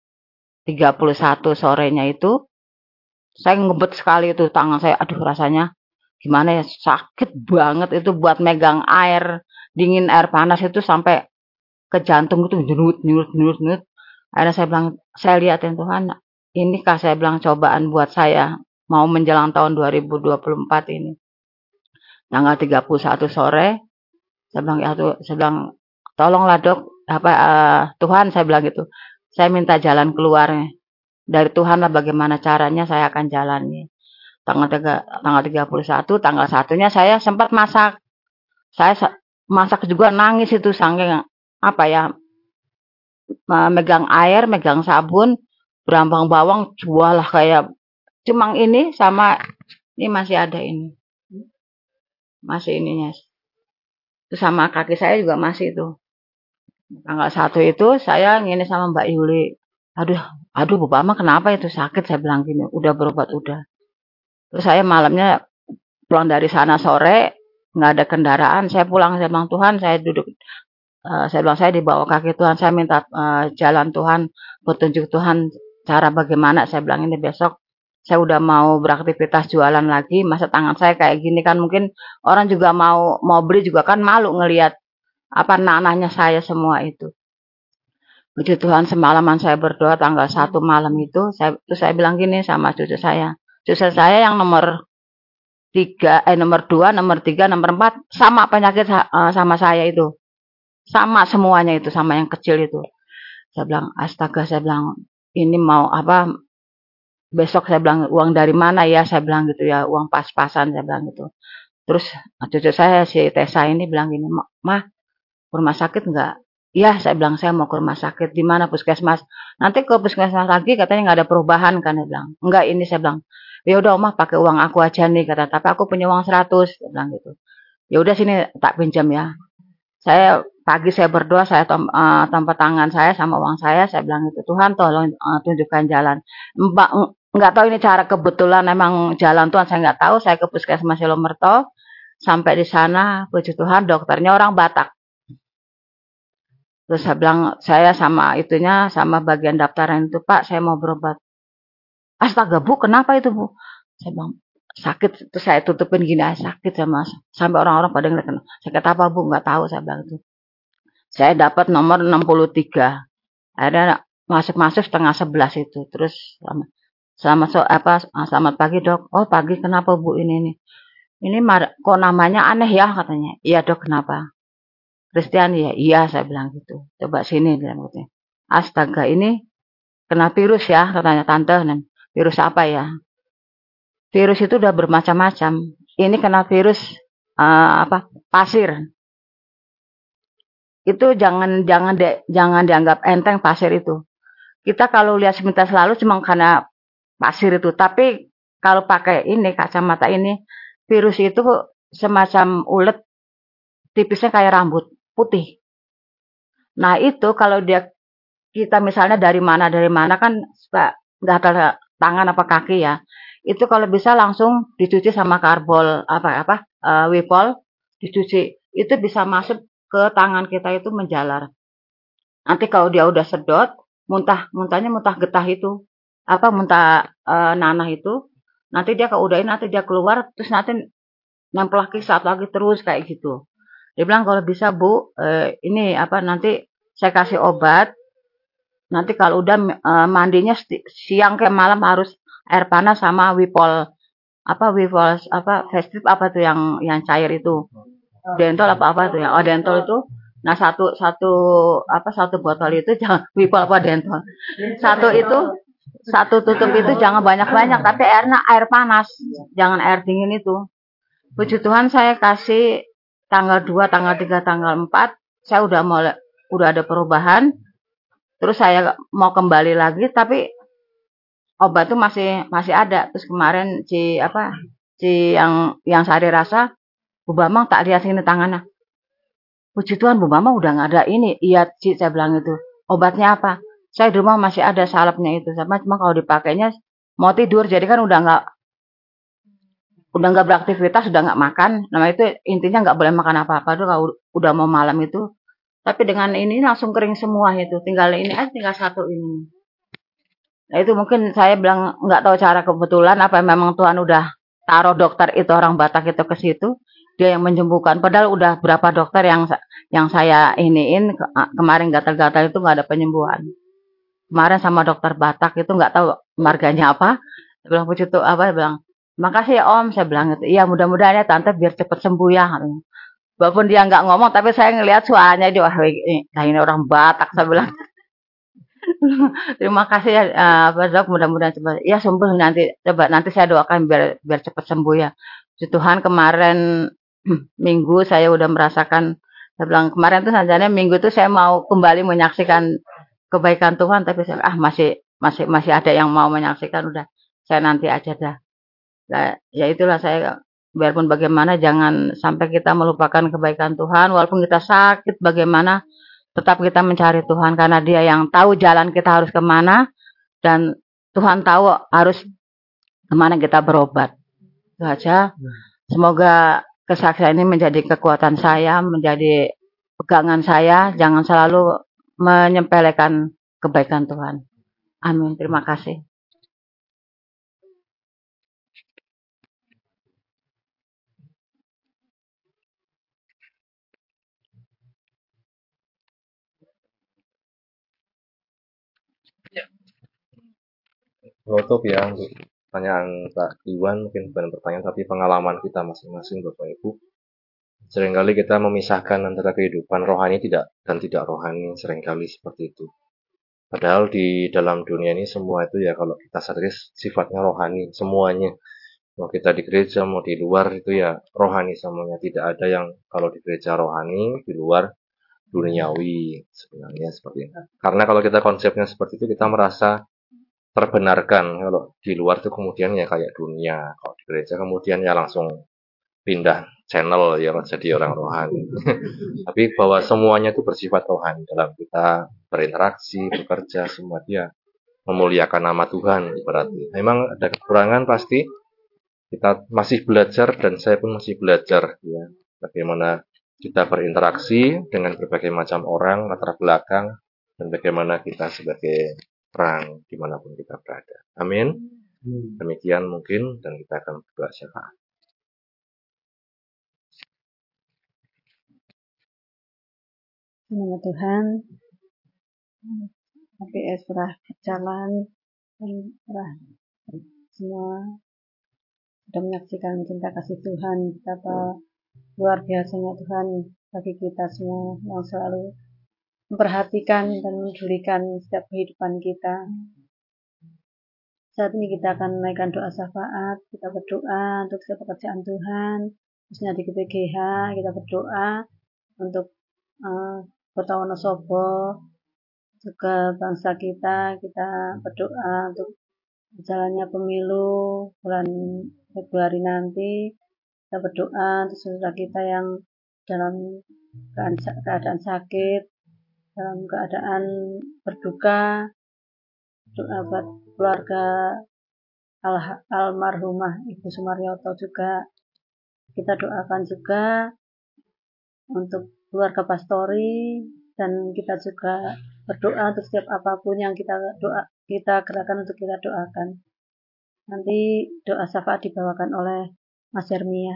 tiga puluh satu sorenya itu saya ngebet sekali itu tangan saya. Aduh rasanya gimana ya, sakit banget itu buat megang air dingin, air panas itu sampai ke jantung itu nyurut nyurut nyurut nyurut. Akhirnya saya bilang, saya lihatin Tuhan, ini kah saya bilang cobaan buat saya mau menjelang tahun dua ribu dua puluh empat ini. Tanggal tiga puluh satu sore, saya bilang ya tuh, saya bilang tolonglah dok, apa uh, Tuhan saya bilang gitu. Saya minta jalan keluarnya. Dari Tuhan lah bagaimana caranya saya akan jalani. Tanggal tiga, tanggal tiga puluh satu, tanggal satunya saya sempat masak. Saya masak juga nangis itu saking apa ya, megang air, megang sabun, berambang bawang, jual lah kayak cuma ini sama ini masih ada ini, masih ininya. Itu sama kaki saya juga masih itu. Tanggal satu itu saya ngini sama Mbak Yuli. Aduh, aduh Bu Mama kenapa itu sakit? Saya bilang gini, udah berobat udah. Terus saya malamnya pulang dari sana sore, nggak ada kendaraan. Saya pulang, saya bilang Tuhan, saya duduk. Uh, saya bilang saya dibawa kaki Tuhan, saya minta uh, jalan Tuhan, petunjuk Tuhan, cara bagaimana. Saya bilang ini besok saya udah mau beraktivitas jualan lagi, masa tangan saya kayak gini kan mungkin orang juga mau mau beli juga kan malu ngelihat apa nanahnya saya semua itu. Puji Tuhan semalaman saya berdoa tanggal satu malam itu, saya terus saya bilang gini sama cucu saya, cucu saya yang nomor tiga, eh nomor dua, nomor tiga, nomor empat sama penyakit uh, sama saya itu. Sama semuanya itu, sama yang kecil itu. Saya bilang, astaga, saya bilang, ini mau apa, besok saya bilang, uang dari mana ya, saya bilang gitu ya, uang pas-pasan, saya bilang gitu. Terus cucu saya, si Tessa ini bilang gini, mah, ke rumah sakit enggak? Iya, saya bilang, saya mau ke rumah sakit. Di mana puskesmas? Nanti ke puskesmas lagi, katanya nggak ada perubahan, kan, saya bilang. Enggak, ini saya bilang, ya udah Omah pakai uang aku aja nih, kata, tapi aku punya uang seratus, saya bilang gitu. Ya udah sini tak pinjam ya. Saya pagi saya berdoa, saya tom, uh, tempat tangan saya sama uang saya, saya bilang itu Tuhan tolong uh, tunjukkan jalan. Mbak nggak tahu ini cara kebetulan memang jalan Tuhan saya nggak tahu. Saya ke puskesmas Silomerto, sampai di sana puji Tuhan dokternya orang Batak. Terus saya bilang saya sama itunya sama bagian daftaran itu Pak saya mau berobat. Astaga Bu kenapa itu Bu? Saya bilang sakit, terus saya tutupin gini aja sakit ya Mas. Sampai orang-orang pada ngeliat sakit apa Bu nggak tahu saya bilang itu. Saya dapat nomor enam puluh tiga. Akhirnya masuk-masuk setengah sebelas itu. Terus selamat, selamat so, apa selamat pagi dok. Oh pagi kenapa Bu ini nih? Ini kok namanya aneh ya katanya. Iya dok kenapa? Christian ya iya saya bilang gitu. Coba sini bilang gitu. Astaga ini kena virus ya katanya tante. Virus apa ya? Virus itu udah bermacam-macam. Ini kena virus uh, apa pasir. Itu jangan jangan de, jangan dianggap enteng pasir itu. Kita kalau lihat sepintas lalu cuma karena pasir itu, tapi kalau pakai ini kacamata ini, virus itu semacam ulet tipisnya kayak rambut putih. Nah itu kalau dia kita misalnya dari mana dari mana kan gatal tangan apa kaki ya, itu kalau bisa langsung dicuci sama karbol apa apa eh, Wipol, dicuci. Itu bisa masuk ke tangan kita itu menjalar. Nanti kalau dia udah sedot, muntah, muntahnya muntah getah itu, apa muntah eh, nanah itu, nanti dia kalau udahin nanti dia keluar, terus nanti nempel lagi saat lagi terus kayak gitu. Dia bilang kalau bisa Bu, eh, ini apa nanti saya kasih obat. Nanti kalau udah eh, mandinya sti- siang ke malam harus air panas sama Wipol apa Wipol apa Festrip apa tuh yang yang cair itu. Dentol apa apa tuh ya? Oh Dentol itu. Nah satu satu apa satu botol itu jangan Wipol apa Dentol. Satu itu satu tutup itu jangan banyak-banyak tapi airnya air panas, jangan air dingin itu. Puji Tuhan saya kasih tanggal dua, tanggal tiga, tanggal empat saya udah mulai udah ada perubahan. Terus saya mau kembali lagi tapi obat tuh masih masih ada. Terus kemarin si apa si yang yang Sari rasa Bu Bambang tak lihat sini tangannya. Puji Tuhan Bu Bambang udah nggak ada ini. Iya Ci saya bilang itu. Obatnya apa? Saya di rumah masih ada salepnya itu sama cuma kalau dipakainya mau tidur jadi kan udah nggak udah nggak beraktivitas udah nggak makan. Nah itu intinya nggak boleh makan apa-apa tuh kalau udah mau malam itu. Tapi dengan ini langsung kering semua itu. Tinggal ini aja tinggal satu ini. Nah itu mungkin saya bilang nggak tahu cara kebetulan apa memang Tuhan udah taruh dokter itu orang Batak itu ke situ dia yang menyembuhkan. Padahal udah berapa dokter yang yang saya iniin kemarin gatal-gatal itu nggak ada penyembuhan. Kemarin sama dokter Batak itu nggak tahu marganya apa. Saya bilang puji tuh apa? Saya bilang makasih ya Om. Saya bilang itu iya mudah-mudahan ya Tante biar cepat sembuh ya. Walaupun dia nggak ngomong tapi saya ngelihat suaranya dia wah ini, ini orang Batak saya bilang. Terima kasih ya uh, Pak Dok, mudah-mudahan cepat ya sembuh nanti. Coba nanti saya doakan biar biar cepat sembuh ya. Puji Tuhan kemarin minggu saya udah merasakan saya bilang kemarin tuh sajanya minggu itu saya mau kembali menyaksikan kebaikan Tuhan tapi saya ah masih masih masih ada yang mau menyaksikan udah saya nanti aja dah. Nah, ya itulah saya biarpun bagaimana jangan sampai kita melupakan kebaikan Tuhan walaupun kita sakit bagaimana tetap kita mencari Tuhan karena dia yang tahu jalan kita harus kemana dan Tuhan tahu harus kemana kita berobat. Itu aja. Semoga kesaksian ini menjadi kekuatan saya, menjadi pegangan saya. Jangan selalu menyepelekan kebaikan Tuhan. Amin. Terima kasih. Menutup ya untuk pertanyaan Pak Iwan mungkin bukan pertanyaan tapi pengalaman kita masing-masing Bapak Ibu. Seringkali kita memisahkan antara kehidupan rohani tidak dan tidak rohani seringkali seperti itu. Padahal di dalam dunia ini semua itu ya kalau kita sadari sifatnya rohani semuanya. Mau kita di gereja mau di luar itu ya rohani semuanya. Tidak ada yang kalau di gereja rohani di luar duniawi sebenarnya seperti itu. Karena kalau kita konsepnya seperti itu kita merasa terbenarkan kalau di luar itu kemudian ya kayak dunia kalau di gereja kemudian ya langsung pindah channel ya jadi orang rohani tapi bahwa semuanya itu bersifat rohani dalam kita berinteraksi bekerja semua dia memuliakan nama Tuhan berarti memang ada kekurangan pasti kita masih belajar dan saya pun masih belajar ya bagaimana kita berinteraksi dengan berbagai macam orang latar belakang dan bagaimana kita sebagai terang dimanapun kita berada. Amin. Demikian mungkin dan kita akan berdoa syafaat. Nama Tuhan, tapi Esra berjalan dan Esra semua sudah menyaksikan cinta kasih Tuhan betapa luar biasanya Tuhan bagi kita semua yang selalu memperhatikan dan mendulikan setiap kehidupan kita. Saat ini kita akan menaikkan doa syafaat, kita berdoa untuk setiap pekerjaan Tuhan, khususnya di G P G H, kita berdoa untuk uh, Kota Wonosobo, juga bangsa kita, kita berdoa untuk jalannya pemilu bulan Februari nanti, kita berdoa untuk saudara kita yang dalam keadaan sakit, dalam keadaan berduka, doa buat keluarga al- almarhumah Ibu Sumaryoto juga. Kita doakan juga untuk keluarga pastori, dan kita juga berdoa untuk setiap apapun yang kita doa kita gerakan untuk kita doakan. Nanti doa syafaat dibawakan oleh Mas Hermia.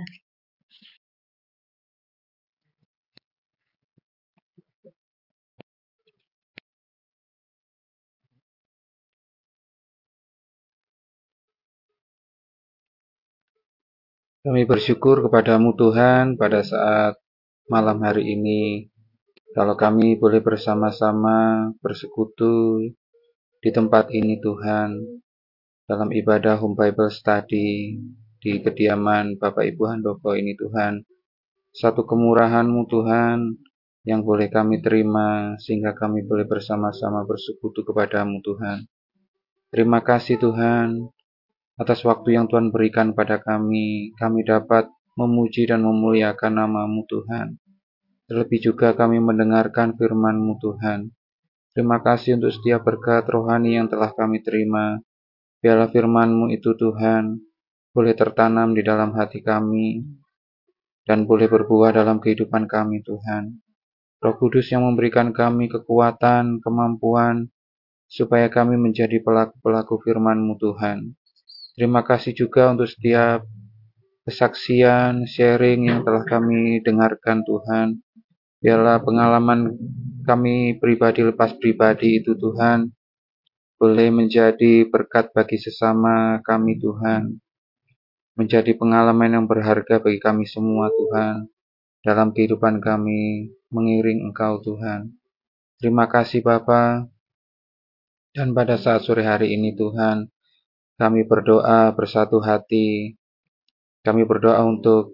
Kami bersyukur kepadamu Tuhan pada saat malam hari ini, kalau kami boleh bersama-sama bersekutu di tempat ini Tuhan, dalam ibadah Home Bible Study di kediaman Bapak Ibu Handoko ini Tuhan. Satu kemurahan-Mu Tuhan yang boleh kami terima sehingga kami boleh bersama-sama bersekutu kepadamu Tuhan. Terima kasih Tuhan atas waktu yang Tuhan berikan pada kami, kami dapat memuji dan memuliakan nama-Mu Tuhan. Terlebih juga kami mendengarkan firman-Mu Tuhan. Terima kasih untuk setiap berkat rohani yang telah kami terima. Biarlah firman-Mu itu Tuhan boleh tertanam di dalam hati kami dan boleh berbuah dalam kehidupan kami Tuhan. Roh Kudus yang memberikan kami kekuatan, kemampuan, supaya kami menjadi pelaku-pelaku firman-Mu Tuhan. Terima kasih juga untuk setiap kesaksian, sharing yang telah kami dengarkan Tuhan. Biarlah pengalaman kami pribadi lepas pribadi itu Tuhan, boleh menjadi berkat bagi sesama kami Tuhan. Menjadi pengalaman yang berharga bagi kami semua Tuhan, dalam kehidupan kami mengiring Engkau Tuhan. Terima kasih Bapa. Dan pada saat sore hari ini Tuhan, kami berdoa bersatu hati. Kami berdoa untuk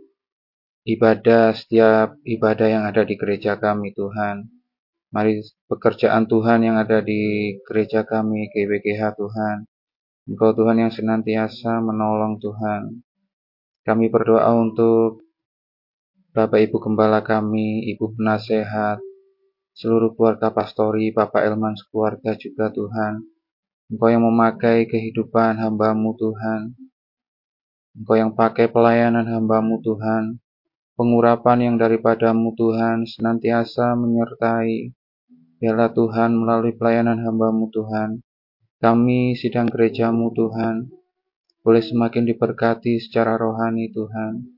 ibadah, setiap ibadah yang ada di gereja kami Tuhan. Mari pekerjaan Tuhan yang ada di gereja kami, G W G H Tuhan. Engkau Tuhan yang senantiasa menolong Tuhan. Kami berdoa untuk Bapak Ibu Gembala kami, Ibu Penasehat, seluruh keluarga pastori, Bapak Elman sekeluarga juga Tuhan. Engkau yang memakai kehidupan hamba-Mu Tuhan. Engkau yang pakai pelayanan hamba-Mu Tuhan. Pengurapan yang daripada-Mu Tuhan senantiasa menyertai. Biarlah Tuhan melalui pelayanan hamba-Mu Tuhan, kami sidang gereja-Mu Tuhan, boleh semakin diberkati secara rohani Tuhan.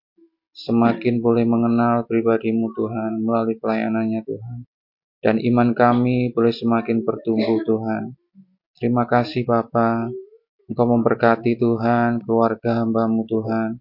Semakin boleh mengenal pribadi-Mu Tuhan melalui pelayanannya Tuhan. Dan iman kami boleh semakin bertumbuh Tuhan. Terima kasih Bapa, Engkau memberkati Tuhan, keluarga hamba-Mu Tuhan.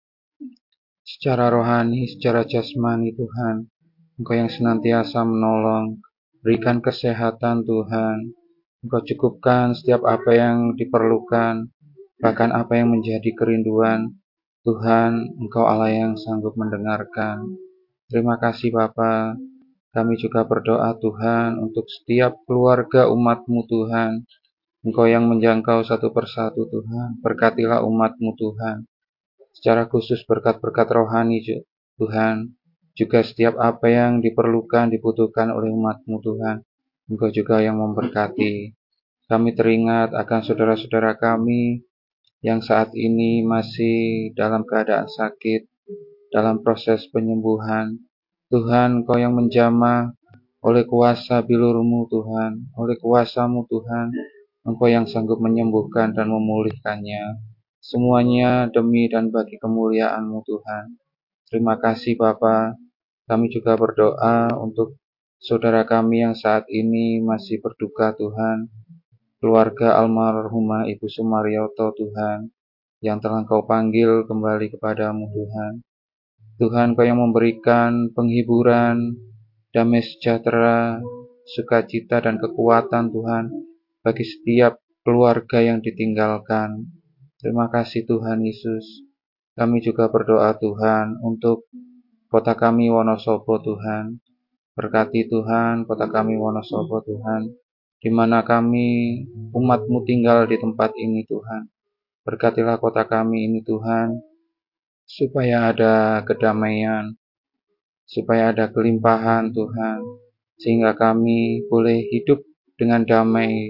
Secara rohani, secara jasmani Tuhan, Engkau yang senantiasa menolong, berikan kesehatan Tuhan. Engkau cukupkan setiap apa yang diperlukan, bahkan apa yang menjadi kerinduan. Tuhan, Engkau Allah yang sanggup mendengarkan. Terima kasih Bapa. Kami juga berdoa Tuhan untuk setiap keluarga umat-Mu Tuhan. Engkau yang menjangkau satu persatu Tuhan, berkatilah umat-Mu Tuhan. Secara khusus berkat-berkat rohani Tuhan, juga setiap apa yang diperlukan, dibutuhkan oleh umat-Mu Tuhan. Engkau juga yang memberkati. Kami teringat akan saudara-saudara kami yang saat ini masih dalam keadaan sakit, dalam proses penyembuhan. Tuhan, Engkau yang menjamah oleh kuasa bilur-Mu Tuhan, oleh kuasa-Mu Tuhan. Engkau yang sanggup menyembuhkan dan memulihkannya. Semuanya demi dan bagi kemuliaan-Mu Tuhan. Terima kasih Bapa. Kami juga berdoa untuk saudara kami yang saat ini masih berduka Tuhan. Keluarga almarhumah Ibu Sumaryoto Tuhan, yang telah Engkau panggil kembali kepadamu Tuhan. Tuhan, Kau yang memberikan penghiburan, damai sejahtera, sukacita dan kekuatan Tuhan, bagi setiap keluarga yang ditinggalkan. Terima kasih Tuhan Yesus. Kami juga berdoa Tuhan untuk kota kami Wonosobo Tuhan. Berkati Tuhan kota kami Wonosobo Tuhan, di mana kami umat-Mu tinggal di tempat ini Tuhan. Berkatilah kota kami ini Tuhan, supaya ada kedamaian, supaya ada kelimpahan Tuhan, sehingga kami boleh hidup dengan damai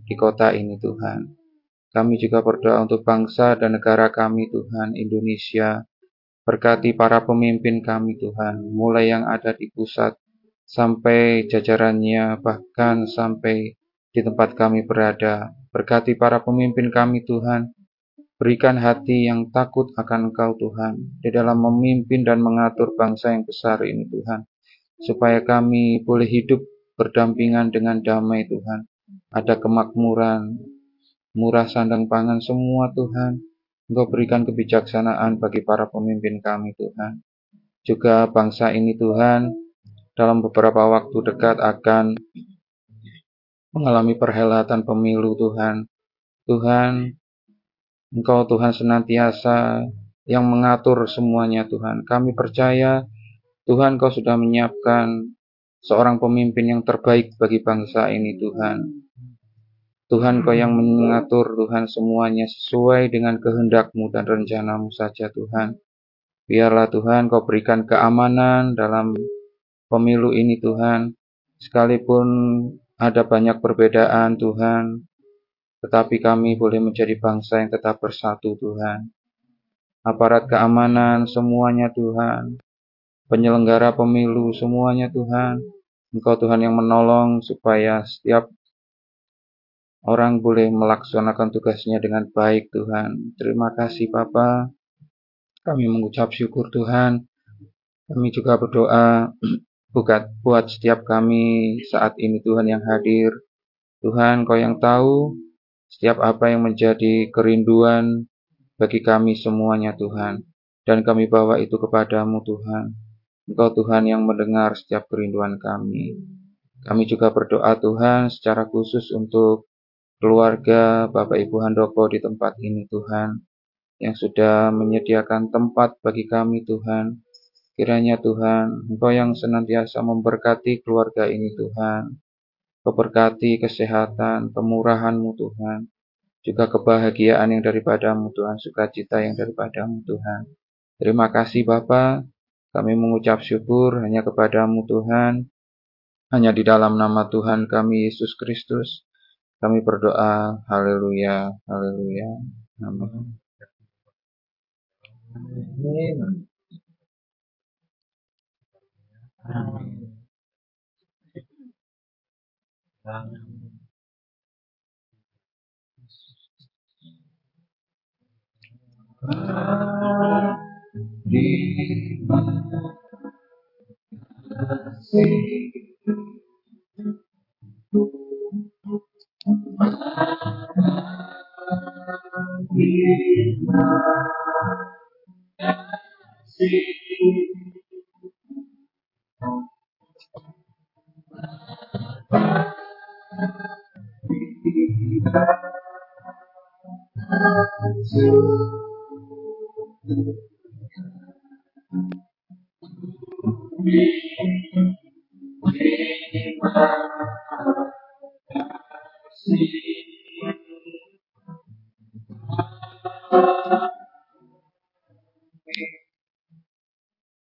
di kota ini Tuhan. Kami juga berdoa untuk bangsa dan negara kami Tuhan, Indonesia. Berkati para pemimpin kami Tuhan, mulai yang ada di pusat sampai jajarannya, bahkan sampai di tempat kami berada. Berkati para pemimpin kami Tuhan, berikan hati yang takut akan Engkau Tuhan, di dalam memimpin dan mengatur bangsa yang besar ini Tuhan, supaya kami boleh hidup berdampingan dengan damai Tuhan. Ada kemakmuran, murah sandang pangan semua Tuhan. Engkau berikan kebijaksanaan bagi para pemimpin kami Tuhan. Juga bangsa ini Tuhan, dalam beberapa waktu dekat akan mengalami perhelatan pemilu Tuhan. Tuhan, Engkau Tuhan senantiasa yang mengatur semuanya Tuhan. Kami percaya Tuhan Kau sudah menyiapkan seorang pemimpin yang terbaik bagi bangsa ini Tuhan. Tuhan Kau yang mengatur Tuhan semuanya sesuai dengan kehendak-Mu dan rencana-Mu saja Tuhan. Biarlah Tuhan Kau berikan keamanan dalam pemilu ini Tuhan. Sekalipun ada banyak perbedaan Tuhan, tetapi kami boleh menjadi bangsa yang tetap bersatu Tuhan. Aparat keamanan semuanya Tuhan, penyelenggara pemilu semuanya Tuhan, Engkau Tuhan yang menolong supaya setiap orang boleh melaksanakan tugasnya dengan baik Tuhan. Terima kasih Bapa. Kami mengucap syukur Tuhan. Kami juga berdoa buat, buat setiap kami saat ini Tuhan yang hadir. Tuhan Kau yang tahu setiap apa yang menjadi kerinduan bagi kami semuanya Tuhan. Dan kami bawa itu kepadamu Tuhan. Engkau Tuhan yang mendengar setiap kerinduan kami. Kami juga berdoa Tuhan secara khusus untuk keluarga Bapak Ibu Handoko di tempat ini Tuhan, yang sudah menyediakan tempat bagi kami Tuhan. Kiranya Tuhan, Engkau yang senantiasa memberkati keluarga ini Tuhan. Kau berkati kesehatan, kemurahan-Mu Tuhan, juga kebahagiaan yang daripadamu Tuhan, sukacita yang daripadamu Tuhan. Terima kasih Bapa, kami mengucap syukur hanya kepadamu Tuhan, hanya di dalam nama Tuhan kami Yesus Kristus. Kami berdoa, haleluya, haleluya, amin.